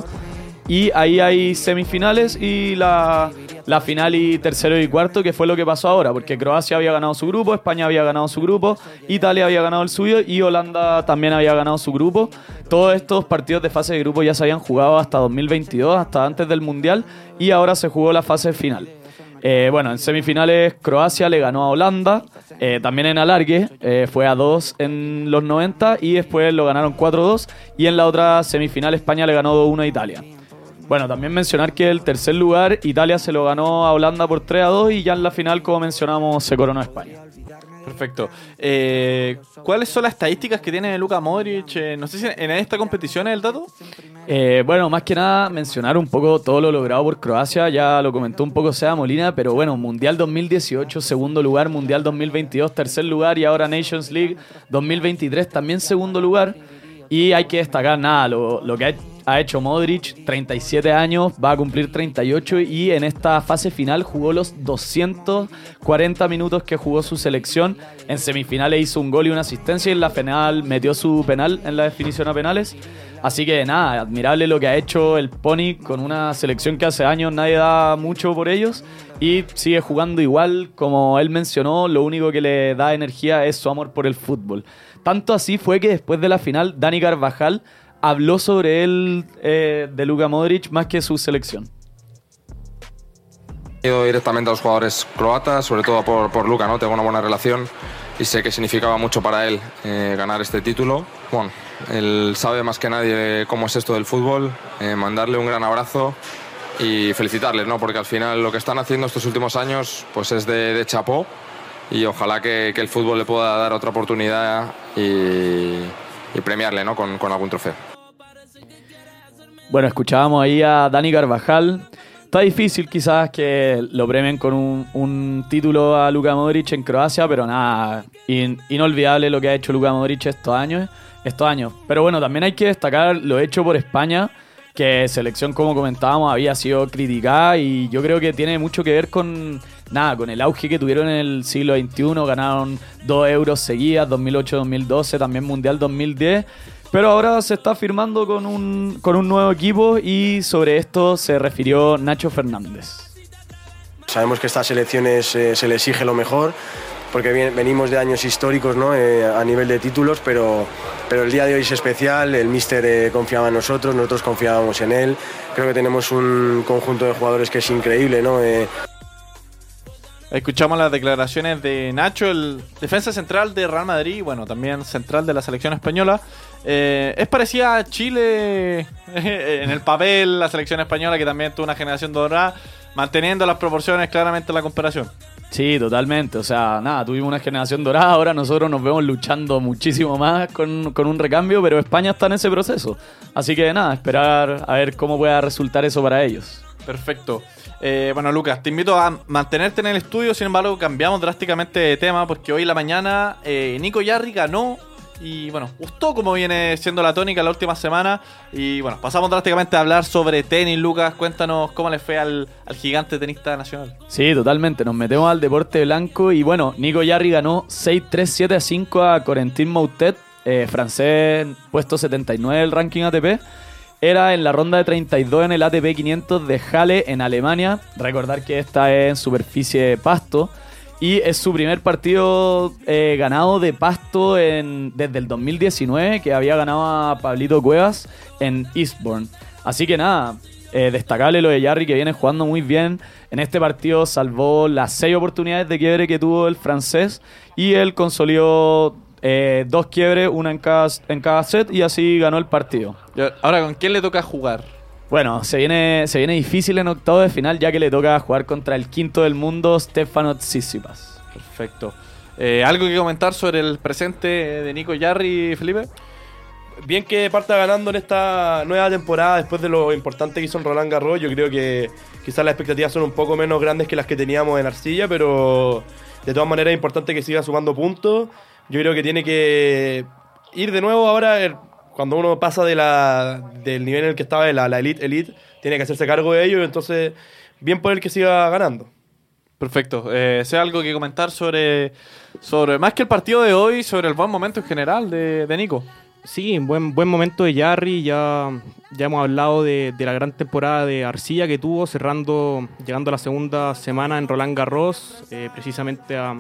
Y ahí hay semifinales y la, la final y tercero y cuarto, que fue lo que pasó ahora, porque Croacia había ganado su grupo, España había ganado su grupo, Italia había ganado el suyo y Holanda también había ganado su grupo. Todos estos partidos de fase de grupo ya se habían jugado hasta dos mil veintidós, hasta antes del Mundial, y ahora se jugó la fase final. Eh, bueno, en semifinales Croacia le ganó a Holanda, eh, también en alargue, eh, fue a dos en los noventa y después lo ganaron cuatro dos, y en la otra semifinal España le ganó dos uno a Italia. Bueno, también mencionar que el tercer lugar, Italia se lo ganó a Holanda por tres a dos y ya en la final, como mencionamos, se coronó España. Perfecto. Eh, ¿Cuáles son las estadísticas que tiene Luka Modric? Eh, no sé si en esta competición es el dato. Eh, bueno, más que nada mencionar un poco todo lo logrado por Croacia, ya lo comentó un poco Seba Molina, pero bueno, Mundial dos mil dieciocho, segundo lugar, Mundial dos mil veintidós, tercer lugar, y ahora Nations League dos mil veintitrés, también segundo lugar. Y hay que destacar nada, lo, lo que ha ha hecho Modric, treinta y siete años, va a cumplir treinta y ocho y en esta fase final jugó los doscientos cuarenta minutos que jugó su selección. En semifinales hizo un gol y una asistencia y en la final metió su penal en la definición a penales. Así que nada, admirable lo que ha hecho el Pony con una selección que hace años nadie da mucho por ellos y sigue jugando igual. Como él mencionó, lo único que le da energía es su amor por el fútbol. Tanto así fue que después de la final, Dani Carvajal habló sobre él, eh, de Luka Modric, más que su selección. He ido directamente a los jugadores croatas, sobre todo por, por Luka, ¿no? Tengo una buena relación y sé que significaba mucho para él eh, ganar este título. Bueno, él sabe más que nadie cómo es esto del fútbol, eh, mandarle un gran abrazo y felicitarles, ¿no? Porque al final lo que están haciendo estos últimos años pues es de, de chapó y ojalá que, que el fútbol le pueda dar otra oportunidad y, y premiarle, ¿no? con, con algún trofeo. Bueno, escuchábamos ahí a Dani Carvajal. Está difícil quizás que lo premien con un, un título a Luka Modric en Croacia, pero nada, in, inolvidable lo que ha hecho Luka Modric estos años, estos años. Pero bueno, también hay que destacar lo hecho por España, que selección, como comentábamos, había sido criticada y yo creo que tiene mucho que ver con, nada, con el auge que tuvieron en el siglo veintiuno. Ganaron dos euros seguidas, dos mil ocho dos mil doce, también Mundial dos mil diez. Pero ahora se está firmando con un, con un nuevo equipo y sobre esto se refirió Nacho Fernández. Sabemos que a estas selecciones eh, se le exige lo mejor, porque bien, venimos de años históricos, ¿no? eh, a nivel de títulos, pero, pero el día de hoy es especial, el míster eh, confiaba en nosotros, nosotros confiábamos en él. Creo que tenemos un conjunto de jugadores que es increíble, ¿no? Eh, Escuchamos las declaraciones de Nacho, el defensa central de Real Madrid, bueno, también central de la selección española. Eh, es parecida a Chile en el papel, la selección española, que también tuvo una generación dorada, manteniendo las proporciones claramente en la comparación. Sí, totalmente. O sea, nada, tuvimos una generación dorada, ahora nosotros nos vemos luchando muchísimo más con, con un recambio, pero España está en ese proceso. Así que nada, esperar a ver cómo pueda resultar eso para ellos. Perfecto. Eh, bueno, Lucas, te invito a mantenerte en el estudio. Sin embargo, cambiamos drásticamente de tema porque hoy en la mañana eh, Nico Yarri ganó y bueno, gustó como viene siendo la tónica la última semana. Y bueno, pasamos drásticamente a hablar sobre tenis. Lucas, cuéntanos cómo le fue al, al gigante tenista nacional. Sí, totalmente, nos metemos al deporte blanco y bueno, Nico Yarri ganó seis tres siete a cinco a Corentin Moutet, eh, francés, puesto setenta y nueve del ranking A T P. Era en la ronda de treinta y dos en el A T P quinientos de Halle en Alemania. Recordar que esta es en superficie de pasto. Y es su primer partido eh, ganado de pasto en, desde el dos mil diecinueve, que había ganado a Pablito Cuevas en Eastbourne. Así que nada, eh, destacable lo de Yarri, que viene jugando muy bien. En este partido salvó las seis oportunidades de quiebre que tuvo el francés. Y él consolidó Eh, dos quiebres, una en cada, en cada set y así ganó el partido. Ahora, ¿con quién le toca jugar? Bueno, se viene, se viene difícil en octavo de final, ya que le toca jugar contra el quinto del mundo, Stefanos Tsitsipas. Perfecto. Eh, ¿Algo que comentar sobre el presente de Nico Yarri, Felipe? Bien que parta ganando en esta nueva temporada después de lo importante que hizo en Roland Garros. Yo creo que quizás las expectativas son un poco menos grandes que las que teníamos en Arcilla, pero de todas maneras es importante que siga sumando puntos. Yo creo que tiene que ir de nuevo ahora, el, cuando uno pasa de la, del nivel en el que estaba de la, la elite, elite, tiene que hacerse cargo de ello, entonces bien por el que siga ganando. Perfecto. Eh, ¿Sea algo que comentar sobre, sobre, más que el partido de hoy, sobre el buen momento en general de, de Nico? Sí, buen, buen momento de Yarri, ya, ya hemos hablado de, de la gran temporada de Arcilla que tuvo, cerrando, llegando a la segunda semana en Roland Garros, eh, precisamente a...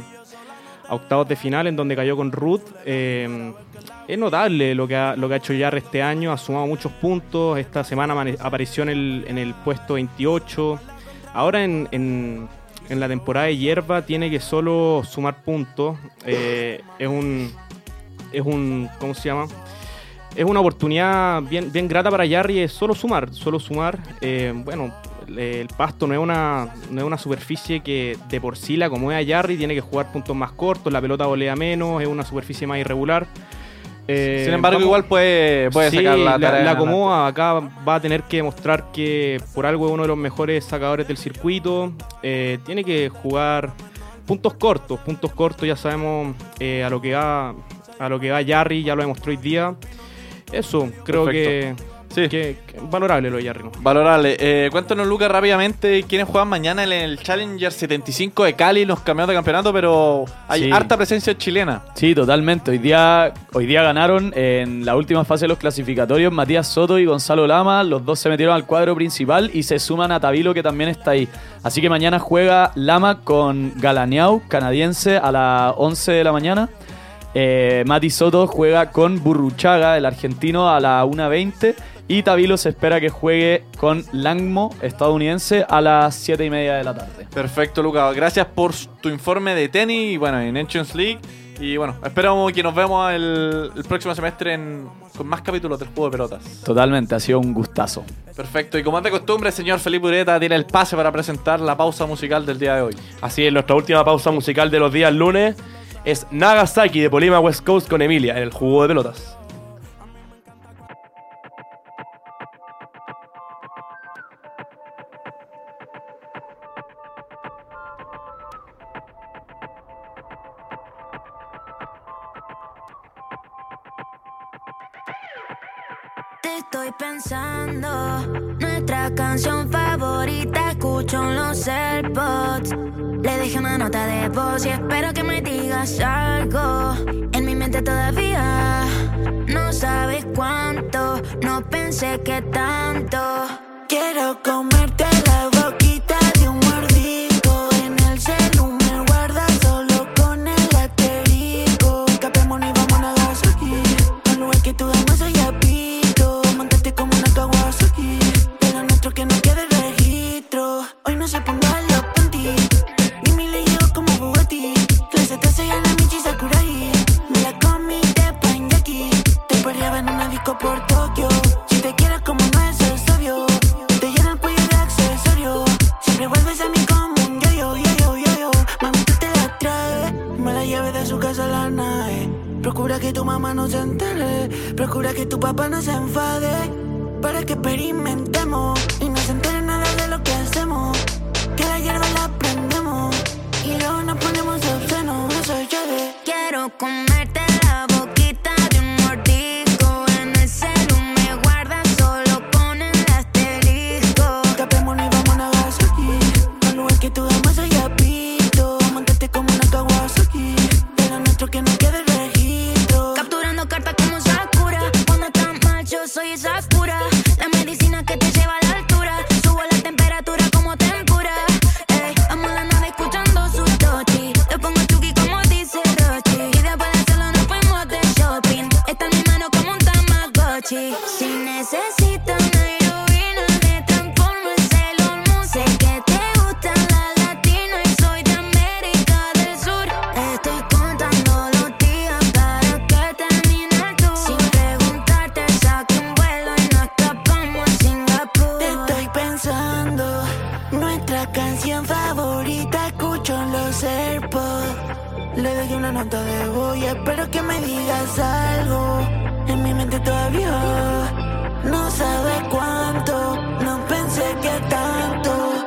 a octavos de final, en donde cayó con Ruth. Eh, es notable lo que, ha, lo que ha hecho Yarri este año, ha sumado muchos puntos, esta semana apareció en el, en el puesto veintiocho, ahora en, en, en la temporada de hierba tiene que solo sumar puntos, eh, es un, es un, ¿cómo se llama? Es una oportunidad bien, bien grata para Yarri, es solo sumar, solo sumar, eh, bueno, el pasto no es una no es una superficie que de por sí la acomoda a Yarri, tiene que jugar puntos más cortos, la pelota volea menos, es una superficie más irregular. Eh, Sin embargo, vamos, igual puede, puede sí, sacar la tarea. La, la acomoda, acá va a tener que demostrar que por algo es uno de los mejores sacadores del circuito. Eh, tiene que jugar puntos cortos, puntos cortos, ya sabemos eh, a lo que va a lo que va Yarri, ya lo demostró hoy día. Eso, creo Perfecto. que Sí. Que, que valorable lo de Yarri, ¿no? Valorable. Eh, cuéntanos, Lucas, rápidamente quiénes juegan mañana en el Challenger setenta y cinco de Cali, los campeonatos de campeonato, pero hay Sí. harta presencia chilena. Sí, totalmente. Hoy día, hoy día ganaron en la última fase de los clasificatorios Matías Soto y Gonzalo Lama. Los dos se metieron al cuadro principal y se suman a Tabilo, que también está ahí. Así que mañana juega Lama con Galaniau, canadiense, a las once de la mañana. Eh, Mati Soto juega con Burruchaga, el argentino, a las una veinte. Y Tabilo se espera que juegue con Langmo, estadounidense, a las siete y media de la tarde. Perfecto, Lucas. Gracias por tu informe de tenis y bueno, en Nations League. Y bueno, esperamos que nos vemos el, el próximo semestre en, con más capítulos del juego de pelotas. Totalmente, ha sido un gustazo. Perfecto. Y como es de costumbre, señor Felipe Ureta tiene el pase para presentar la pausa musical del día de hoy. Así es, nuestra última pausa musical de los días lunes es Nagasaki de Polima West Coast con Emilia en el juego de pelotas. Te estoy pensando, nuestra canción favorita escucho en los AirPods. Le dejé una nota de voz y espero que me digas algo. En mi mente todavía no sabes cuánto, no pensé que tanto. Quiero comerte la boquita de un mordisco. En el celu me guardas solo con el asterisco. Escapemos y vamos a Nagasaki, al lugar que tú amas allá pito. Montarte como una Kawasaki, de lo nuestro que no quede registro. Hoy no se ponga los panty, ni mi le llevo como Bugatti. Clase te soy a la Michi Sakurai. Me la comí de pan yaki. Te perreaba en una disco por Tokio. Si te quieres como no es es obvio. Te lleno el cuello de accesorios. Siempre vuelves a mí como un yo-yo, yo-yo, yo-yo. Mami, tú te la traes. Me la lleves de su casa a la nave. Procura que tu mamá no se entere. Procura que tu papá no se enfade. Para que experimentemos y no se entere nada de lo que hacemos. Que la hierba la prendemos y luego nos ponemos obscenos. Eso yo de quiero comerte la boquita de un mordisco. En el celu me guardas solo con el asterisco. Escapemos y vamos a Nagasaki, al lugar que tú amas allá pito. Montarte como una Kawasaki, de lo nuestro que no quede registro. Capturando cartas como Sakura. Cuando estás mal yo soy esa cura. La medicina que te lleva a la altura. Subo la temperatura como tempura. Ey, amo la nave escuchando su tochi. Le pongo chuki como dice Rochi. Y después de hacerlo nos fuimos de shopping. Está en mi mano como un Tamagotchi. Si necesito una heroína me transformo en Sailor Moon. Sé que te gusta la latina y soy de América del Sur. Estoy contando los días para que termine el tour. Sin preguntarte saqué un vuelo y nos escapamos a Singapur. Te estoy pensando, nuestra canción favorita escucho en los AirPods. Le dejé una nota de voz y espero que me digas algo. En mi mente todavía no sabes cuánto, no pensé que tanto.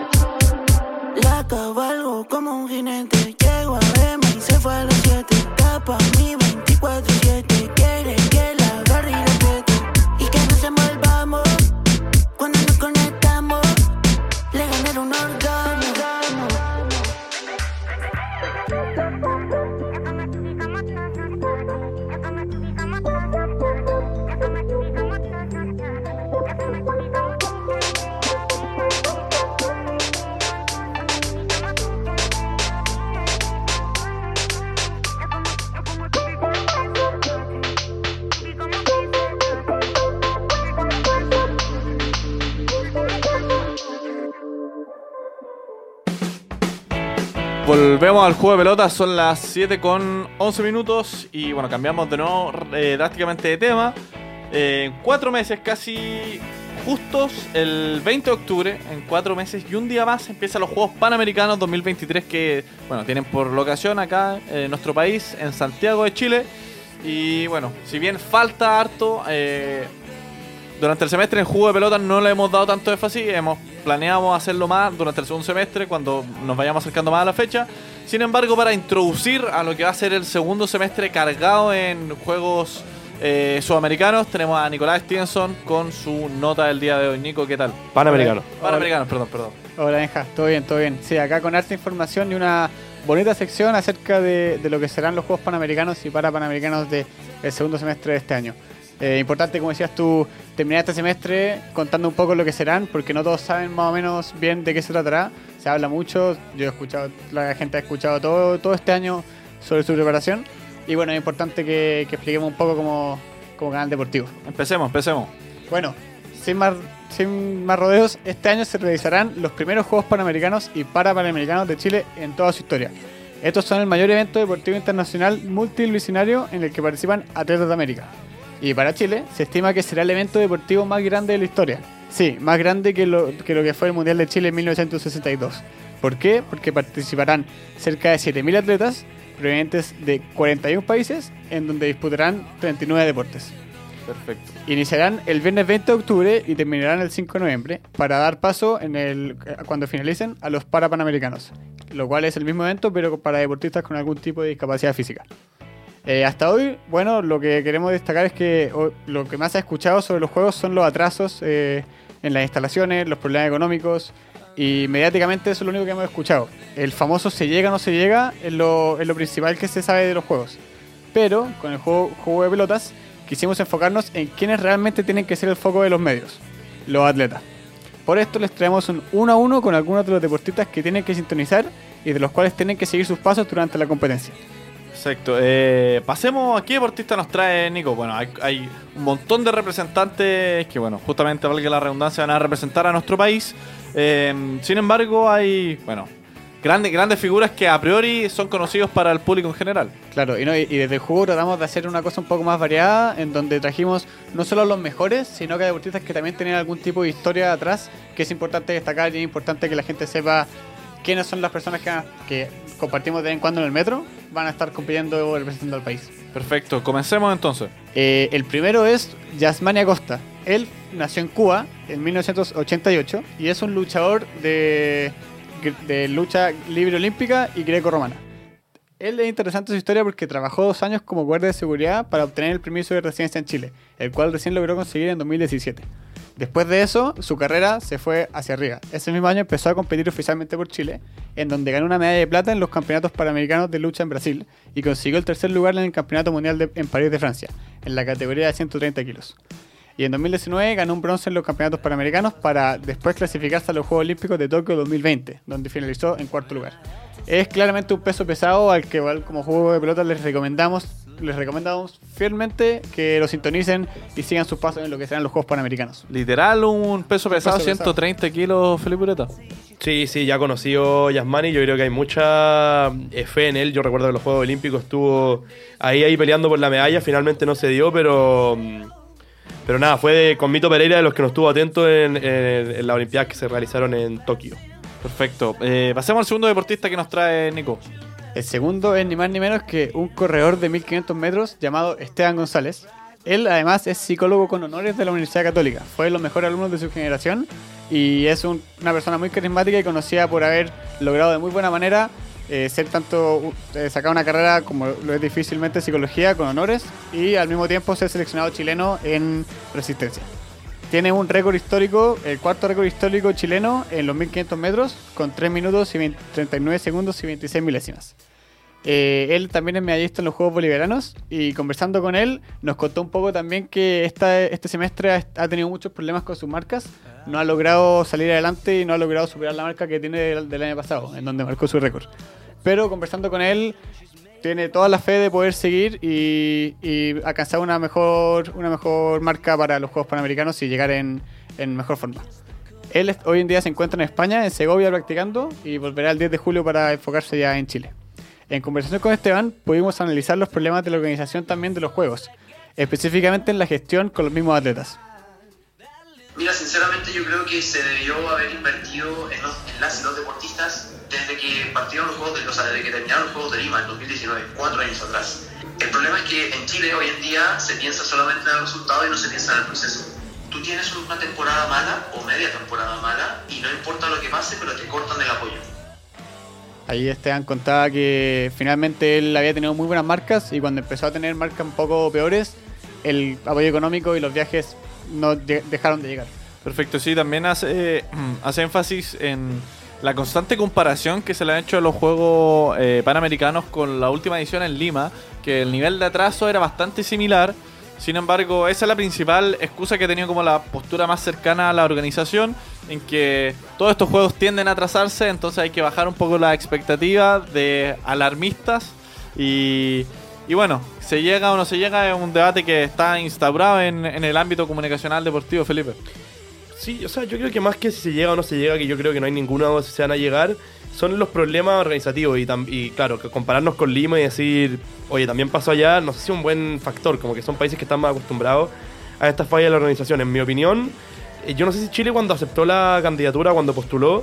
La cabalgo como un jinete. Llego a verme y se fue a los siete. Tapa mi veinticuatro siete. Quiere que la agarre y la apriete. Y que nos envolvamos cuando nos conectamos. Le gané un orgasmo. Volvemos al juego de pelotas, son las siete con once minutos y bueno, cambiamos de nuevo eh, drásticamente de tema. Eh, en cuatro meses, casi justos, el veinte de octubre, en cuatro meses y un día más empiezan los Juegos Panamericanos dos mil veintitrés que, bueno, tienen por locación acá en nuestro país, en Santiago de Chile. Y bueno, si bien falta harto, eh, durante el semestre en juego de pelotas no le hemos dado tanto énfasis, hemos planeado hacerlo más durante el segundo semestre cuando nos vayamos acercando más a la fecha. Sin embargo, para introducir a lo que va a ser el segundo semestre cargado en juegos eh, sudamericanos, tenemos a Nicolás Stevenson con su nota del día de hoy. Nico, ¿qué tal? Panamericano. Panamericanos, perdón, perdón. Hola, Benja, todo bien, todo bien. Sí, acá con harta información y una bonita sección acerca de, de lo que serán los Juegos Panamericanos y Parapanamericanos del segundo semestre de este año. Eh, importante, como decías tú, terminar este semestre contando un poco lo que serán, porque no todos saben más o menos bien de qué se tratará. Se habla mucho, yo he escuchado, la gente ha escuchado todo, todo este año sobre su preparación. Y bueno, es importante que, que expliquemos un poco como, como canal deportivo. Empecemos, empecemos. Bueno, sin más, sin más rodeos, este año se realizarán los primeros Juegos Panamericanos y Parapanamericanos de Chile en toda su historia. Estos son el mayor evento deportivo internacional multidisciplinario en el que participan atletas de América. Y para Chile se estima que será el evento deportivo más grande de la historia. Sí, más grande que lo que, lo que fue el Mundial de Chile en mil novecientos sesenta y dos. ¿Por qué? Porque participarán cerca de siete mil atletas provenientes de cuarenta y un países, en donde disputarán treinta y nueve deportes. Perfecto. Iniciarán el viernes veinte de octubre y terminarán el cinco de noviembre para dar paso en el cuando finalicen a los Parapanamericanos, lo cual es el mismo evento pero para deportistas con algún tipo de discapacidad física. Eh, hasta hoy, bueno, lo que queremos destacar es que o, lo que más se ha escuchado sobre los juegos son los atrasos eh, en las instalaciones, los problemas económicos, y mediáticamente eso es lo único que hemos escuchado. El famoso se llega o no se llega es lo, es lo principal que se sabe de los juegos. Pero con el juego, juego de pelotas quisimos enfocarnos en quienes realmente tienen que ser el foco de los medios, los atletas. Por esto les traemos un uno a uno con algunos de los deportistas que tienen que sintonizar y de los cuales tienen que seguir sus pasos durante la competencia. Exacto. Eh, pasemos, ¿a qué deportista nos trae Nico? Bueno, hay, hay un montón de representantes que, bueno, justamente valga la redundancia, van a representar a nuestro país. Eh, sin embargo, hay, bueno, grandes, grandes figuras que a priori son conocidos para el público en general. Claro, y, no, y, y desde el juego tratamos de hacer una cosa un poco más variada, en donde trajimos no solo a los mejores, sino que a deportistas que también tenían algún tipo de historia atrás, que es importante destacar y es importante que la gente sepa quiénes son las personas que, que compartimos de vez en cuando en el metro, van a estar compitiendo o representando al país. Perfecto, comencemos entonces. Eh, el primero es Yasmani Acosta. Él nació en Cuba en mil novecientos ochenta y ocho y es un luchador de, de lucha libre olímpica y greco-romana. Él es interesante su historia porque trabajó dos años como guardia de seguridad para obtener el permiso de residencia en Chile, el cual recién logró conseguir en dos mil diecisiete. Después de eso, su carrera se fue hacia arriba. Ese mismo año empezó a competir oficialmente por Chile, en donde ganó una medalla de plata en los campeonatos panamericanos de lucha en Brasil y consiguió el tercer lugar en el campeonato mundial de, en París de Francia, en la categoría de ciento treinta kilos. Y en dos mil diecinueve ganó un bronce en los campeonatos panamericanos para después clasificarse a los Juegos Olímpicos de Tokio dos mil veinte, donde finalizó en cuarto lugar. Es claramente un peso pesado al que, igual, como juego de pelota les recomendamos les recomendamos fielmente que lo sintonicen y sigan sus pasos en lo que serán los Juegos Panamericanos. Literal, un peso pesado, peso ciento treinta kilos, Felipe Ureta. Sí, sí, ya conocido Yasmani, yo creo que hay mucha eh, fe en él. Yo recuerdo que los Juegos Olímpicos estuvo ahí, ahí peleando por la medalla, finalmente no se dio, pero pero nada, fue de, con Mito Pereira de los que nos estuvo atentos en, en, en las Olimpiadas que se realizaron en Tokio. Perfecto. Eh, pasemos al segundo deportista que nos trae Nico. El segundo es ni más ni menos que un corredor de mil quinientos metros llamado Esteban González. Él además es psicólogo con honores de la Universidad Católica. Fue de los mejores alumnos de su generación y es un, una persona muy carismática y conocida por haber logrado de muy buena manera eh, ser tanto eh, sacar una carrera como lo es difícilmente psicología con honores y al mismo tiempo ser seleccionado chileno en resistencia. Tiene un récord histórico, el cuarto récord histórico chileno en los mil quinientos metros, con tres minutos y veinte, treinta y nueve segundos y veintiséis milésimas. Eh, él también es medallista en los Juegos Bolivarianos y conversando con él nos contó un poco también que esta, este semestre ha, ha tenido muchos problemas con sus marcas, no ha logrado salir adelante y no ha logrado superar la marca que tiene del, del año pasado, en donde marcó su récord. Pero conversando con él, tiene toda la fe de poder seguir y, y alcanzar una mejor, una mejor marca para los Juegos Panamericanos y llegar en, en mejor forma. Él hoy en día se encuentra en España, en Segovia, practicando y volverá el diez de julio para enfocarse ya en Chile. En conversación con Esteban pudimos analizar los problemas de la organización también de los Juegos, específicamente en la gestión con los mismos atletas. Mira, sinceramente yo creo que se debió haber invertido en, los, en las y los deportistas desde que partieron los Juegos, de, o sea, desde que terminaron los Juegos de Lima en dos mil diecinueve, cuatro años atrás. El problema es que en Chile hoy en día se piensa solamente en el resultado y no se piensa en el proceso. Tú tienes una temporada mala o media temporada mala y no importa lo que pase, pero te cortan el apoyo. Ahí Esteban contaba que finalmente él había tenido muy buenas marcas y cuando empezó a tener marcas un poco peores, el apoyo económico y los viajes no de- dejaron de llegar. Perfecto, sí, también hace, eh, hace énfasis en la constante comparación que se le ha hecho a los Juegos eh, Panamericanos con la última edición en Lima, que el nivel de atraso era bastante similar. Sin embargo, esa es la principal excusa que ha tenido como la postura más cercana a la organización, en que todos estos juegos tienden a atrasarse, entonces hay que bajar un poco la expectativa de alarmistas y, y bueno, se llega o no se llega es un debate que está instaurado en, en el ámbito comunicacional deportivo, Felipe. Sí, o sea, yo creo que más que si se llega o no se llega, que yo creo que no hay ninguna donde se van a llegar, son los problemas organizativos. Y, tam- y claro, que compararnos con Lima y decir, oye, también pasó allá, no sé si es un buen factor, como que son países que están más acostumbrados a estas fallas de la organización. En mi opinión, eh, yo no sé si Chile cuando aceptó la candidatura, cuando postuló,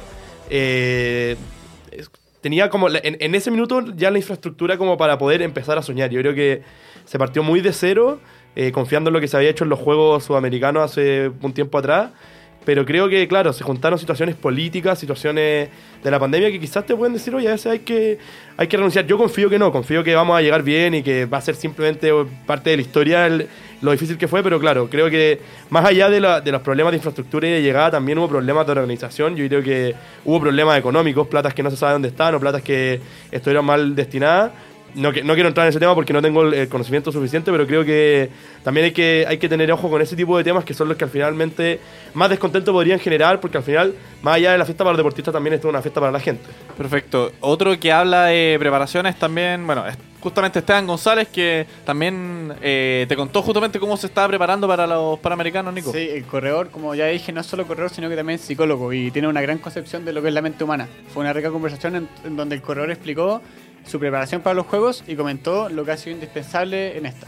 eh, es- tenía como, la- en, en ese minuto ya la infraestructura como para poder empezar a soñar. Yo creo que se partió muy de cero, eh, confiando en lo que se había hecho en los Juegos Sudamericanos hace un tiempo atrás. Pero creo que, claro, se juntaron situaciones políticas, situaciones de la pandemia que quizás te pueden decir, oye, a veces hay que, hay que renunciar. Yo confío que no, confío que vamos a llegar bien y que va a ser simplemente parte de la historia el- lo difícil que fue, pero claro, creo que más allá de, la- de los problemas de infraestructura y de llegada, también hubo problemas de organización. Yo creo que hubo problemas económicos, platas que no se sabe dónde están o platas que estuvieron mal destinadas. No, que, no quiero entrar en ese tema porque no tengo el, el conocimiento suficiente, pero creo que también hay que, hay que tener ojo con ese tipo de temas que son los que al finalmente más descontento podrían generar, porque al final, más allá de la fiesta para los deportistas, también es una fiesta para la gente. Perfecto. Otro que habla de preparaciones también, bueno, es justamente Esteban González, que también eh, te contó justamente cómo se estaba preparando para los Panamericanos, Nico. Sí, el corredor, como ya dije, no es solo corredor, sino que también es psicólogo y tiene una gran concepción de lo que es la mente humana. Fue una rica conversación en, en donde el corredor explicó su preparación para los Juegos y comentó lo que ha sido indispensable en esta.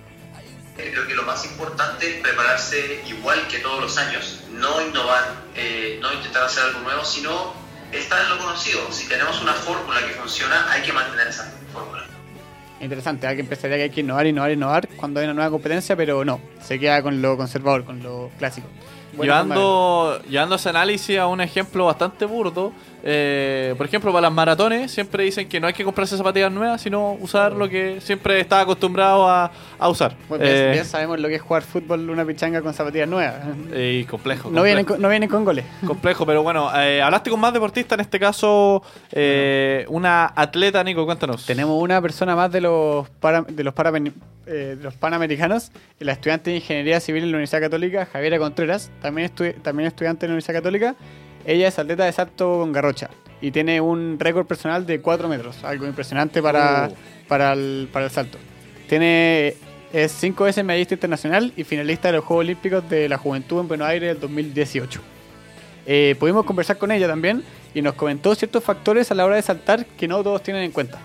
Creo que lo más importante es prepararse igual que todos los años, no innovar, eh, no intentar hacer algo nuevo, sino estar en lo conocido. Si tenemos una fórmula que funciona, hay que mantener esa fórmula. Interesante, alguien pensaría que hay que innovar, innovar, innovar cuando hay una nueva competencia, pero no, se queda con lo conservador, con lo clásico. Buena forma de Llevando, llevando ese análisis a un ejemplo bastante burdo, eh, por ejemplo, para las maratones siempre dicen que no hay que comprarse zapatillas nuevas, sino usar lo que siempre estaba acostumbrado a, a usar. Bueno, bien, Eh, bien sabemos lo que es jugar fútbol una pichanga con zapatillas nuevas. Y complejo. No vienen, con- no vienen con goles. Complejo, pero bueno, eh, hablaste con más deportistas, en este caso eh, una atleta, Nico, cuéntanos. Tenemos una persona más de los para, de los, para, eh, de los panamericanos, la estudiante de Ingeniería Civil en la Universidad Católica, Javiera Contreras, también, estu también estudiante en la Universidad Católica. Ella es atleta de salto con garrocha y tiene un récord personal de cuatro metros, algo impresionante para, Oh. para, el, para el salto. Tiene, es cinco veces medallista internacional y finalista de los Juegos Olímpicos de la Juventud en Buenos Aires del dos mil dieciocho. Eh, pudimos conversar con ella también y nos comentó ciertos factores a la hora de saltar que no todos tienen en cuenta.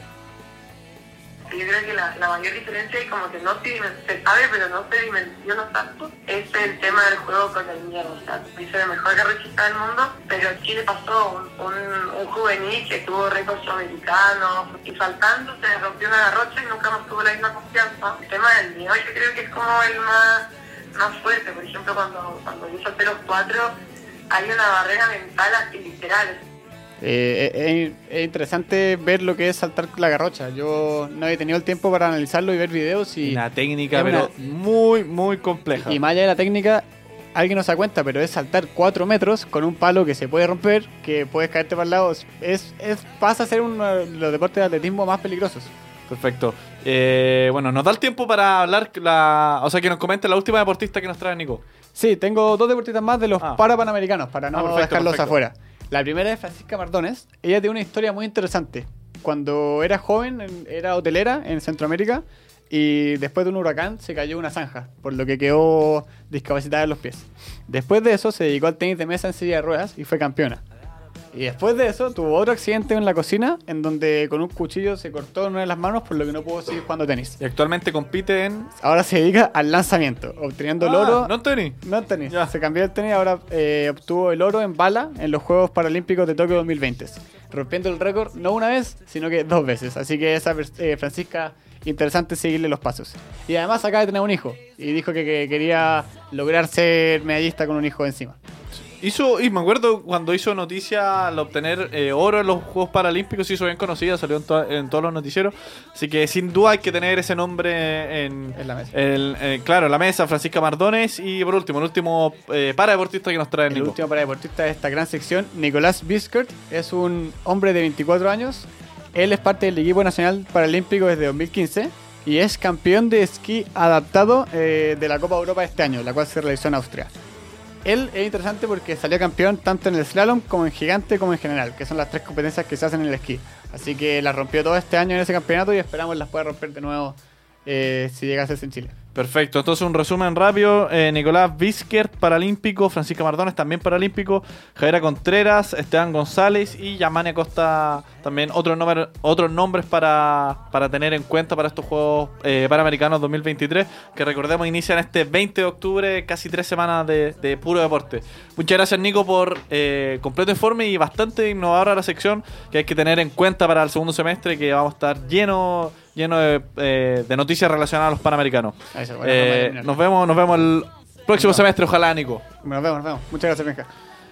Yo creo que la, la mayor diferencia, y como que no se, dimen- se sabe, pero no se dimensiona tanto, es el tema del juego con el miedo. O sea, dice el mejor garrochista del mundo, pero aquí le pasó un, un, un juvenil que tuvo récord sudamericano y saltando se le rompió una garrocha y nunca más tuvo la misma confianza. El tema del miedo yo creo que es como el más, más fuerte. Por ejemplo, cuando, cuando yo salté los cuatro, hay una barrera mental así literal. Eh, es, es interesante ver lo que es saltar la garrocha. Yo no he tenido el tiempo para analizarlo y ver videos y Una técnica, es pero muy, muy compleja. y más allá de la técnica, alguien no se da cuenta, pero es saltar cuatro metros con un palo que se puede romper, que puedes caerte para el lado. Es, es, pasa a ser uno de los deportes de atletismo más peligrosos. Perfecto. Eh, bueno, nos da el tiempo para hablar, la, o sea, que nos comente la última deportista que nos trae Nico. Sí, tengo dos deportistas más de los Ah. para panamericanos, para no Ah, perfecto, dejarlos perfecto. afuera. La primera es Francisca Mardones. Ella tiene una historia muy interesante. Cuando era joven, en- era hotelera en Centroamérica y después de un huracán se cayó una zanja, por lo que quedó discapacitada en los pies. Después de eso se dedicó al tenis de mesa en silla de ruedas y fue campeona. Y después de eso tuvo otro accidente en la cocina en donde con un cuchillo se cortó una de las manos, por lo que no pudo seguir jugando tenis. Y actualmente compite en... Ahora se dedica al lanzamiento, obteniendo el Ah, oro. ¿no en tenis? No en tenis. Se cambió el tenis, ahora eh, obtuvo el oro en bala en los Juegos Paralímpicos de Tokio dos mil veinte, rompiendo el récord no una vez, sino que dos veces. Así que esa pers- eh, Francisca, interesante seguirle los pasos. Y además acaba de tener un hijo y dijo que, que quería lograr ser medallista con un hijo encima. hizo, y me acuerdo cuando hizo noticia al obtener eh, oro en los Juegos Paralímpicos, se hizo bien conocida, salió en, to- en todos los noticieros. Así que sin duda hay que tener ese nombre en, En la mesa. el- eh, claro, en la mesa, Francisca Mardones. Y por último, el último eh, paradeportista que nos trae El Nico. último paradeportista de esta gran sección, Nicolás Biskert, es un hombre de veinticuatro años. Él es parte del equipo nacional paralímpico desde dos mil quince y es campeón de esquí adaptado eh, de la Copa Europa de este año, la cual se realizó en Austria. Él es interesante porque salió campeón tanto en el slalom como en gigante como en general, que son las tres competencias que se hacen en el esquí. Así que la rompió todo este año en ese campeonato y esperamos las pueda romper de nuevo eh, si llegase en Chile. Perfecto, entonces un resumen rápido. eh, Nicolás Biskert, paralímpico. Francisca Mardones, también paralímpico. Javiera Contreras, Esteban González y Yamane Acosta, también otros nombres, otros nombres para, para tener en cuenta para estos Juegos eh, Panamericanos dos mil veintitrés, que recordemos inician este veinte de octubre, casi tres semanas de, de puro deporte. Muchas gracias, Nico, por eh, completo informe y bastante innovadora la sección que hay que tener en cuenta para el segundo semestre, que vamos a estar lleno lleno de, eh, de noticias relacionadas a los Panamericanos. Eso, bueno, Eh, vamos a nos vemos nos vemos el próximo No. semestre, ojalá, Nico. Nos vemos, nos vemos. Muchas gracias, Benja.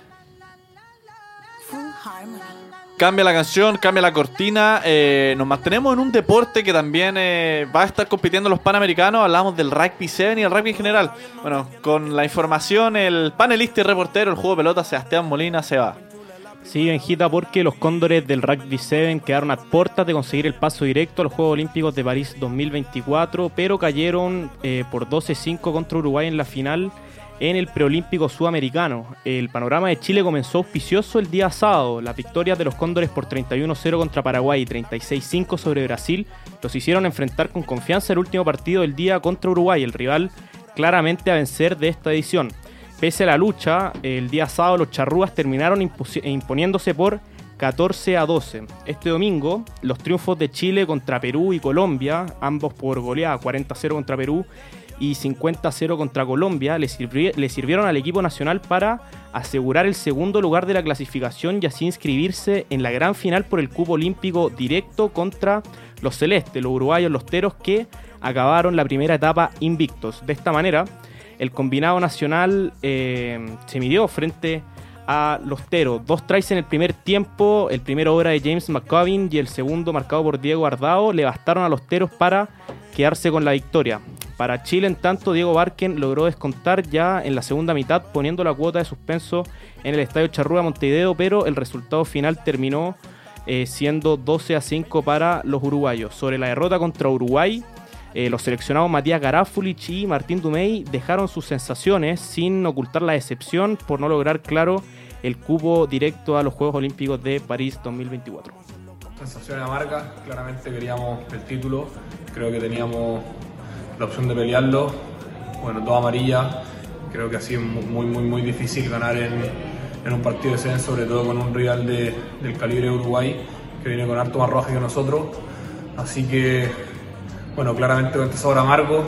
Cambia la canción, cambia la cortina. eh, nos mantenemos en un deporte que también eh, va a estar compitiendo los Panamericanos. Hablamos del rugby siete y el rugby en general. Bueno, con la información, el panelista y reportero, el juego de pelota, Sebastián Molina, se va. Sí, Benjita, porque los cóndores del Rugby siete quedaron a puertas de conseguir el paso directo a los Juegos Olímpicos de París dos mil veinticuatro, pero cayeron eh, por doce cinco contra Uruguay en la final en el preolímpico sudamericano. El panorama de Chile comenzó auspicioso el día sábado. Las victorias de los cóndores por treinta y uno cero contra Paraguay y treinta y seis cinco sobre Brasil los hicieron enfrentar con confianza el último partido del día contra Uruguay, el rival claramente a vencer de esta edición. Pese a la lucha, el día sábado los charrúas terminaron impusi- imponiéndose por catorce a doce. Este domingo, los triunfos de Chile contra Perú y Colombia, ambos por goleada, cuarenta a cero contra Perú y cincuenta a cero contra Colombia, le, sirvi- le sirvieron al equipo nacional para asegurar el segundo lugar de la clasificación y así inscribirse en la gran final por el cupo olímpico directo contra los celestes, los uruguayos, los teros, que acabaron la primera etapa invictos. De esta manera, el combinado nacional eh, se midió frente a los teros. Dos tries en el primer tiempo, el primero obra de James McCovin y el segundo marcado por Diego Ardao, le bastaron a los teros para quedarse con la victoria. Para Chile, en tanto, Diego Barken logró descontar ya en la segunda mitad, poniendo la cuota de suspenso en el Estadio Charrúa Montevideo, pero el resultado final terminó eh, siendo doce a cinco para los uruguayos. Sobre la derrota contra Uruguay, Eh, los seleccionados Matías Garafulich y Martín Dumey dejaron sus sensaciones sin ocultar la decepción por no lograr claro el cupo directo a los Juegos Olímpicos de París dos mil veinticuatro. Sensaciones amargas, claramente queríamos el título, creo que teníamos la opción de pelearlo, bueno, dos amarillas, creo que ha sido muy muy muy difícil ganar en, en un partido de C E N, sobre todo con un rival de, del calibre de Uruguay, que viene con harto más roja que nosotros, así que bueno, claramente con este sabor amargo.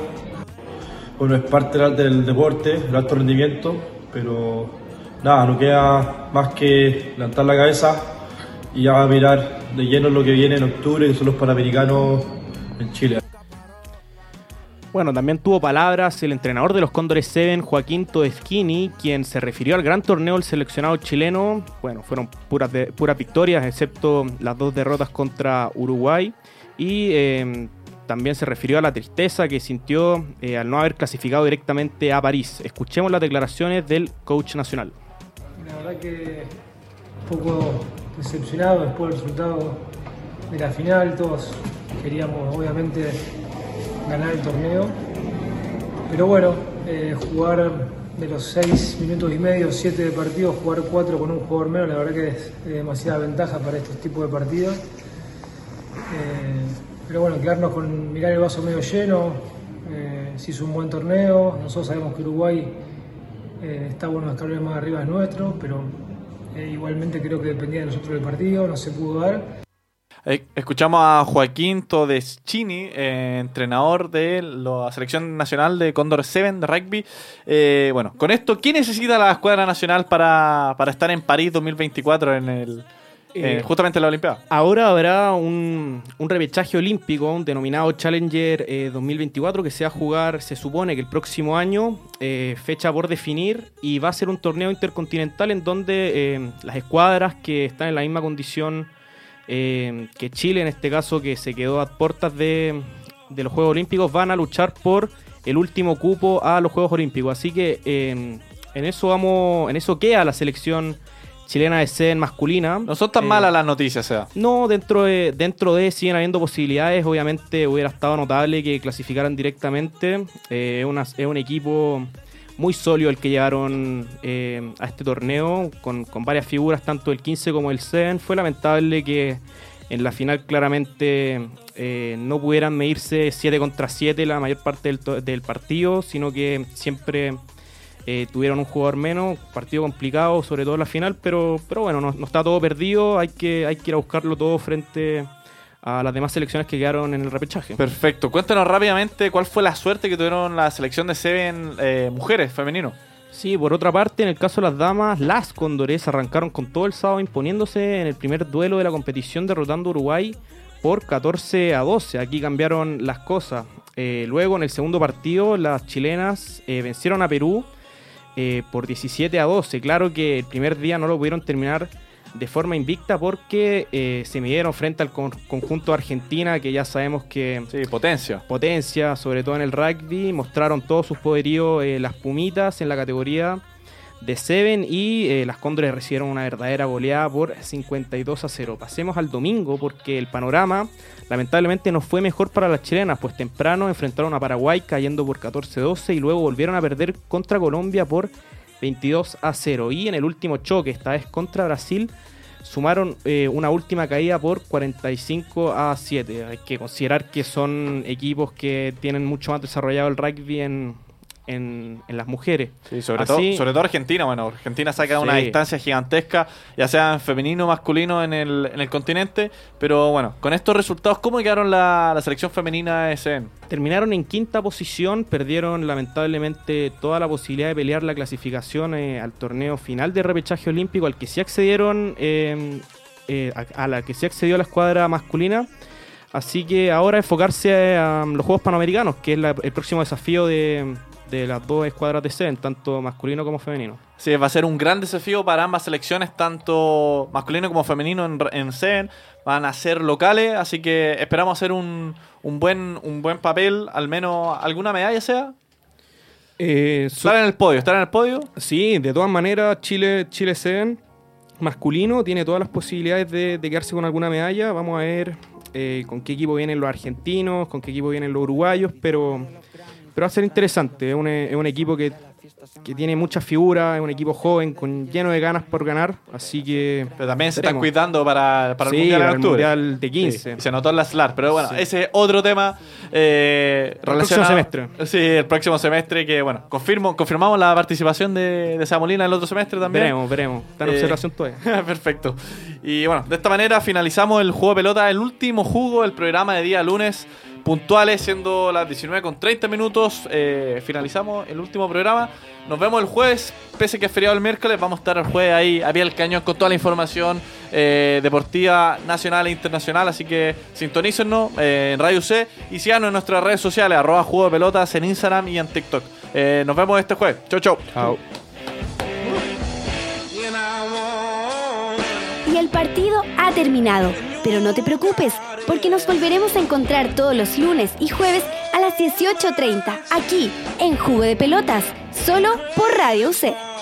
Bueno, es parte del deporte, el alto rendimiento, pero nada, no queda más que levantar la cabeza y ya mirar de lleno lo que viene en octubre, que son los Panamericanos en Chile. Bueno, también tuvo palabras el entrenador de los Cóndores siete, Joaquín Todeschini, quien se refirió al gran torneo del seleccionado chileno. Bueno, fueron puras, de, puras victorias, excepto las dos derrotas contra Uruguay. Y eh, también se refirió a la tristeza que sintió eh, al no haber clasificado directamente a París. Escuchemos las declaraciones del coach nacional. La verdad que un poco decepcionado después del resultado de la final. Todos queríamos obviamente ganar el torneo, pero bueno, eh, jugar de los seis minutos y medio, siete de partido, jugar cuatro con un jugador menos, la verdad que es eh, demasiada ventaja para estos tipos de partidos. Eh, pero bueno, quedarnos con mirar el vaso medio lleno, eh, se hizo un buen torneo, nosotros sabemos que Uruguay eh, está bueno, escalones más arriba es nuestro, pero eh, igualmente creo que dependía de nosotros el partido, no se pudo dar. Escuchamos a Joaquín Todeschini, eh, entrenador de la Selección Nacional de Cóndor siete de rugby. Eh, bueno, con esto, ¿qué necesita la escuadra nacional para, para estar en París dos mil veinticuatro en el, eh, Eh, justamente en la Olimpiada. Ahora habrá un, un repechaje olímpico, un denominado Challenger eh, dos mil veinticuatro, que se va a jugar, se supone que el próximo año, eh, fecha por definir, y va a ser un torneo intercontinental en donde eh, las escuadras que están en la misma condición eh, que Chile, en este caso, que se quedó a puertas de, de los Juegos Olímpicos, van a luchar por el último cupo a los Juegos Olímpicos. Así que eh, en eso vamos, en eso queda la selección chilena de seden masculina. No son tan Eh, malas las noticias, o sea. No, dentro de, dentro de siguen habiendo posibilidades. Obviamente hubiera estado notable que clasificaran directamente. Eh, es, una- es un equipo muy sólido el que llevaron eh, a este torneo, con, con varias figuras, tanto el quince como el seden. Fue lamentable que en la final claramente eh, no pudieran medirse siete contra siete la mayor parte del, to- del partido, sino que siempre eh, tuvieron un jugador menos, partido complicado, sobre todo en la final, pero, pero bueno, no, no está todo perdido, hay que, hay que ir a buscarlo todo frente a las demás selecciones que quedaron en el repechaje. Perfecto. Cuéntanos rápidamente cuál fue la suerte que tuvieron la selección de Seven eh, mujeres, femenino. Sí, por otra parte, en el caso de las damas, las Condores arrancaron con todo el sábado imponiéndose en el primer duelo de la competición, derrotando a Uruguay por catorce a doce. Aquí cambiaron las cosas. Eh, luego, en el segundo partido, las chilenas eh, vencieron a Perú eh, por diecisiete a doce. Claro que el primer día no lo pudieron terminar de forma invicta porque eh, se midieron frente al con- conjunto de Argentina, que ya sabemos que... Sí, potencia. Potencia, sobre todo en el rugby. Mostraron todos sus poderíos eh, las Pumitas en la categoría de Seven, y eh, las Cóndores recibieron una verdadera goleada por cincuenta y dos a cero. Pasemos al domingo, porque el panorama lamentablemente no fue mejor para las chilenas, pues temprano enfrentaron a Paraguay cayendo por catorce a doce y luego volvieron a perder contra Colombia por veintidós a cero. Y en el último choque, esta vez contra Brasil, sumaron eh, una última caída por cuarenta y cinco a siete. Hay que considerar que son equipos que tienen mucho más desarrollado el rugby en, en, en las mujeres. Sí, sobre, Así- todo, sobre todo Argentina. Bueno, Argentina saca una Sí. distancia gigantesca, ya sea en femenino o masculino en el, en el continente. Pero bueno, con estos resultados, ¿cómo quedaron la, la selección femenina de Seven? Terminaron en quinta posición, perdieron lamentablemente toda la posibilidad de pelear la clasificación eh, al torneo final de repechaje olímpico, al que sí accedieron, eh, eh, a, a la que sí accedió la escuadra masculina. Así que ahora enfocarse a, a los Juegos Panamericanos, que es la- el próximo desafío de, de las dos escuadras de Seven, tanto masculino como femenino. Sí, va a ser un gran desafío para ambas selecciones, tanto masculino como femenino en, en Seven. Van a ser locales, así que esperamos hacer un, un buen un buen papel, al menos alguna medalla sea. Eh, so- ¿Estar en el podio? ¿Estar en el podio? Sí, de todas maneras, Chile, Chile Seven masculino tiene todas las posibilidades de, de quedarse con alguna medalla. Vamos a ver eh, con qué equipo vienen los argentinos, con qué equipo vienen los uruguayos, pero, pero va a ser interesante. Es un, es un equipo que, que tiene muchas figuras, es un equipo joven, con lleno de ganas por ganar, así que... Pero también se están veremos. cuidando para, para el Sí, Mundial en para el octubre. Mundial de quince. Sí, y se notó en la SLAR, pero bueno, Sí. ese es otro tema eh, próximo relacionado- semestre. Sí, el próximo semestre, que bueno, confirmo, confirmamos la participación de, de Samolina el otro semestre también. Veremos, veremos. Está en Eh, observación todavía. Perfecto. Y bueno, de esta manera finalizamos el juego de pelota, el último jugo del programa de día lunes, puntuales, siendo las diecinueve con treinta minutos. Eh, finalizamos el último programa. Nos vemos el jueves, pese que es feriado el miércoles. Vamos a estar el jueves ahí a pie del cañón con toda la información eh, deportiva nacional e internacional. Así que sintonícennos eh, en Radio C y síganos en nuestras redes sociales, arroba juego de pelotas en Instagram y en TikTok. Eh, nos vemos este jueves. Chau, chau. Chao. Y el partido ha terminado, pero no te preocupes, porque nos volveremos a encontrar todos los lunes y jueves a las dieciocho treinta, aquí en Jugo de Pelotas, solo por Radio U C.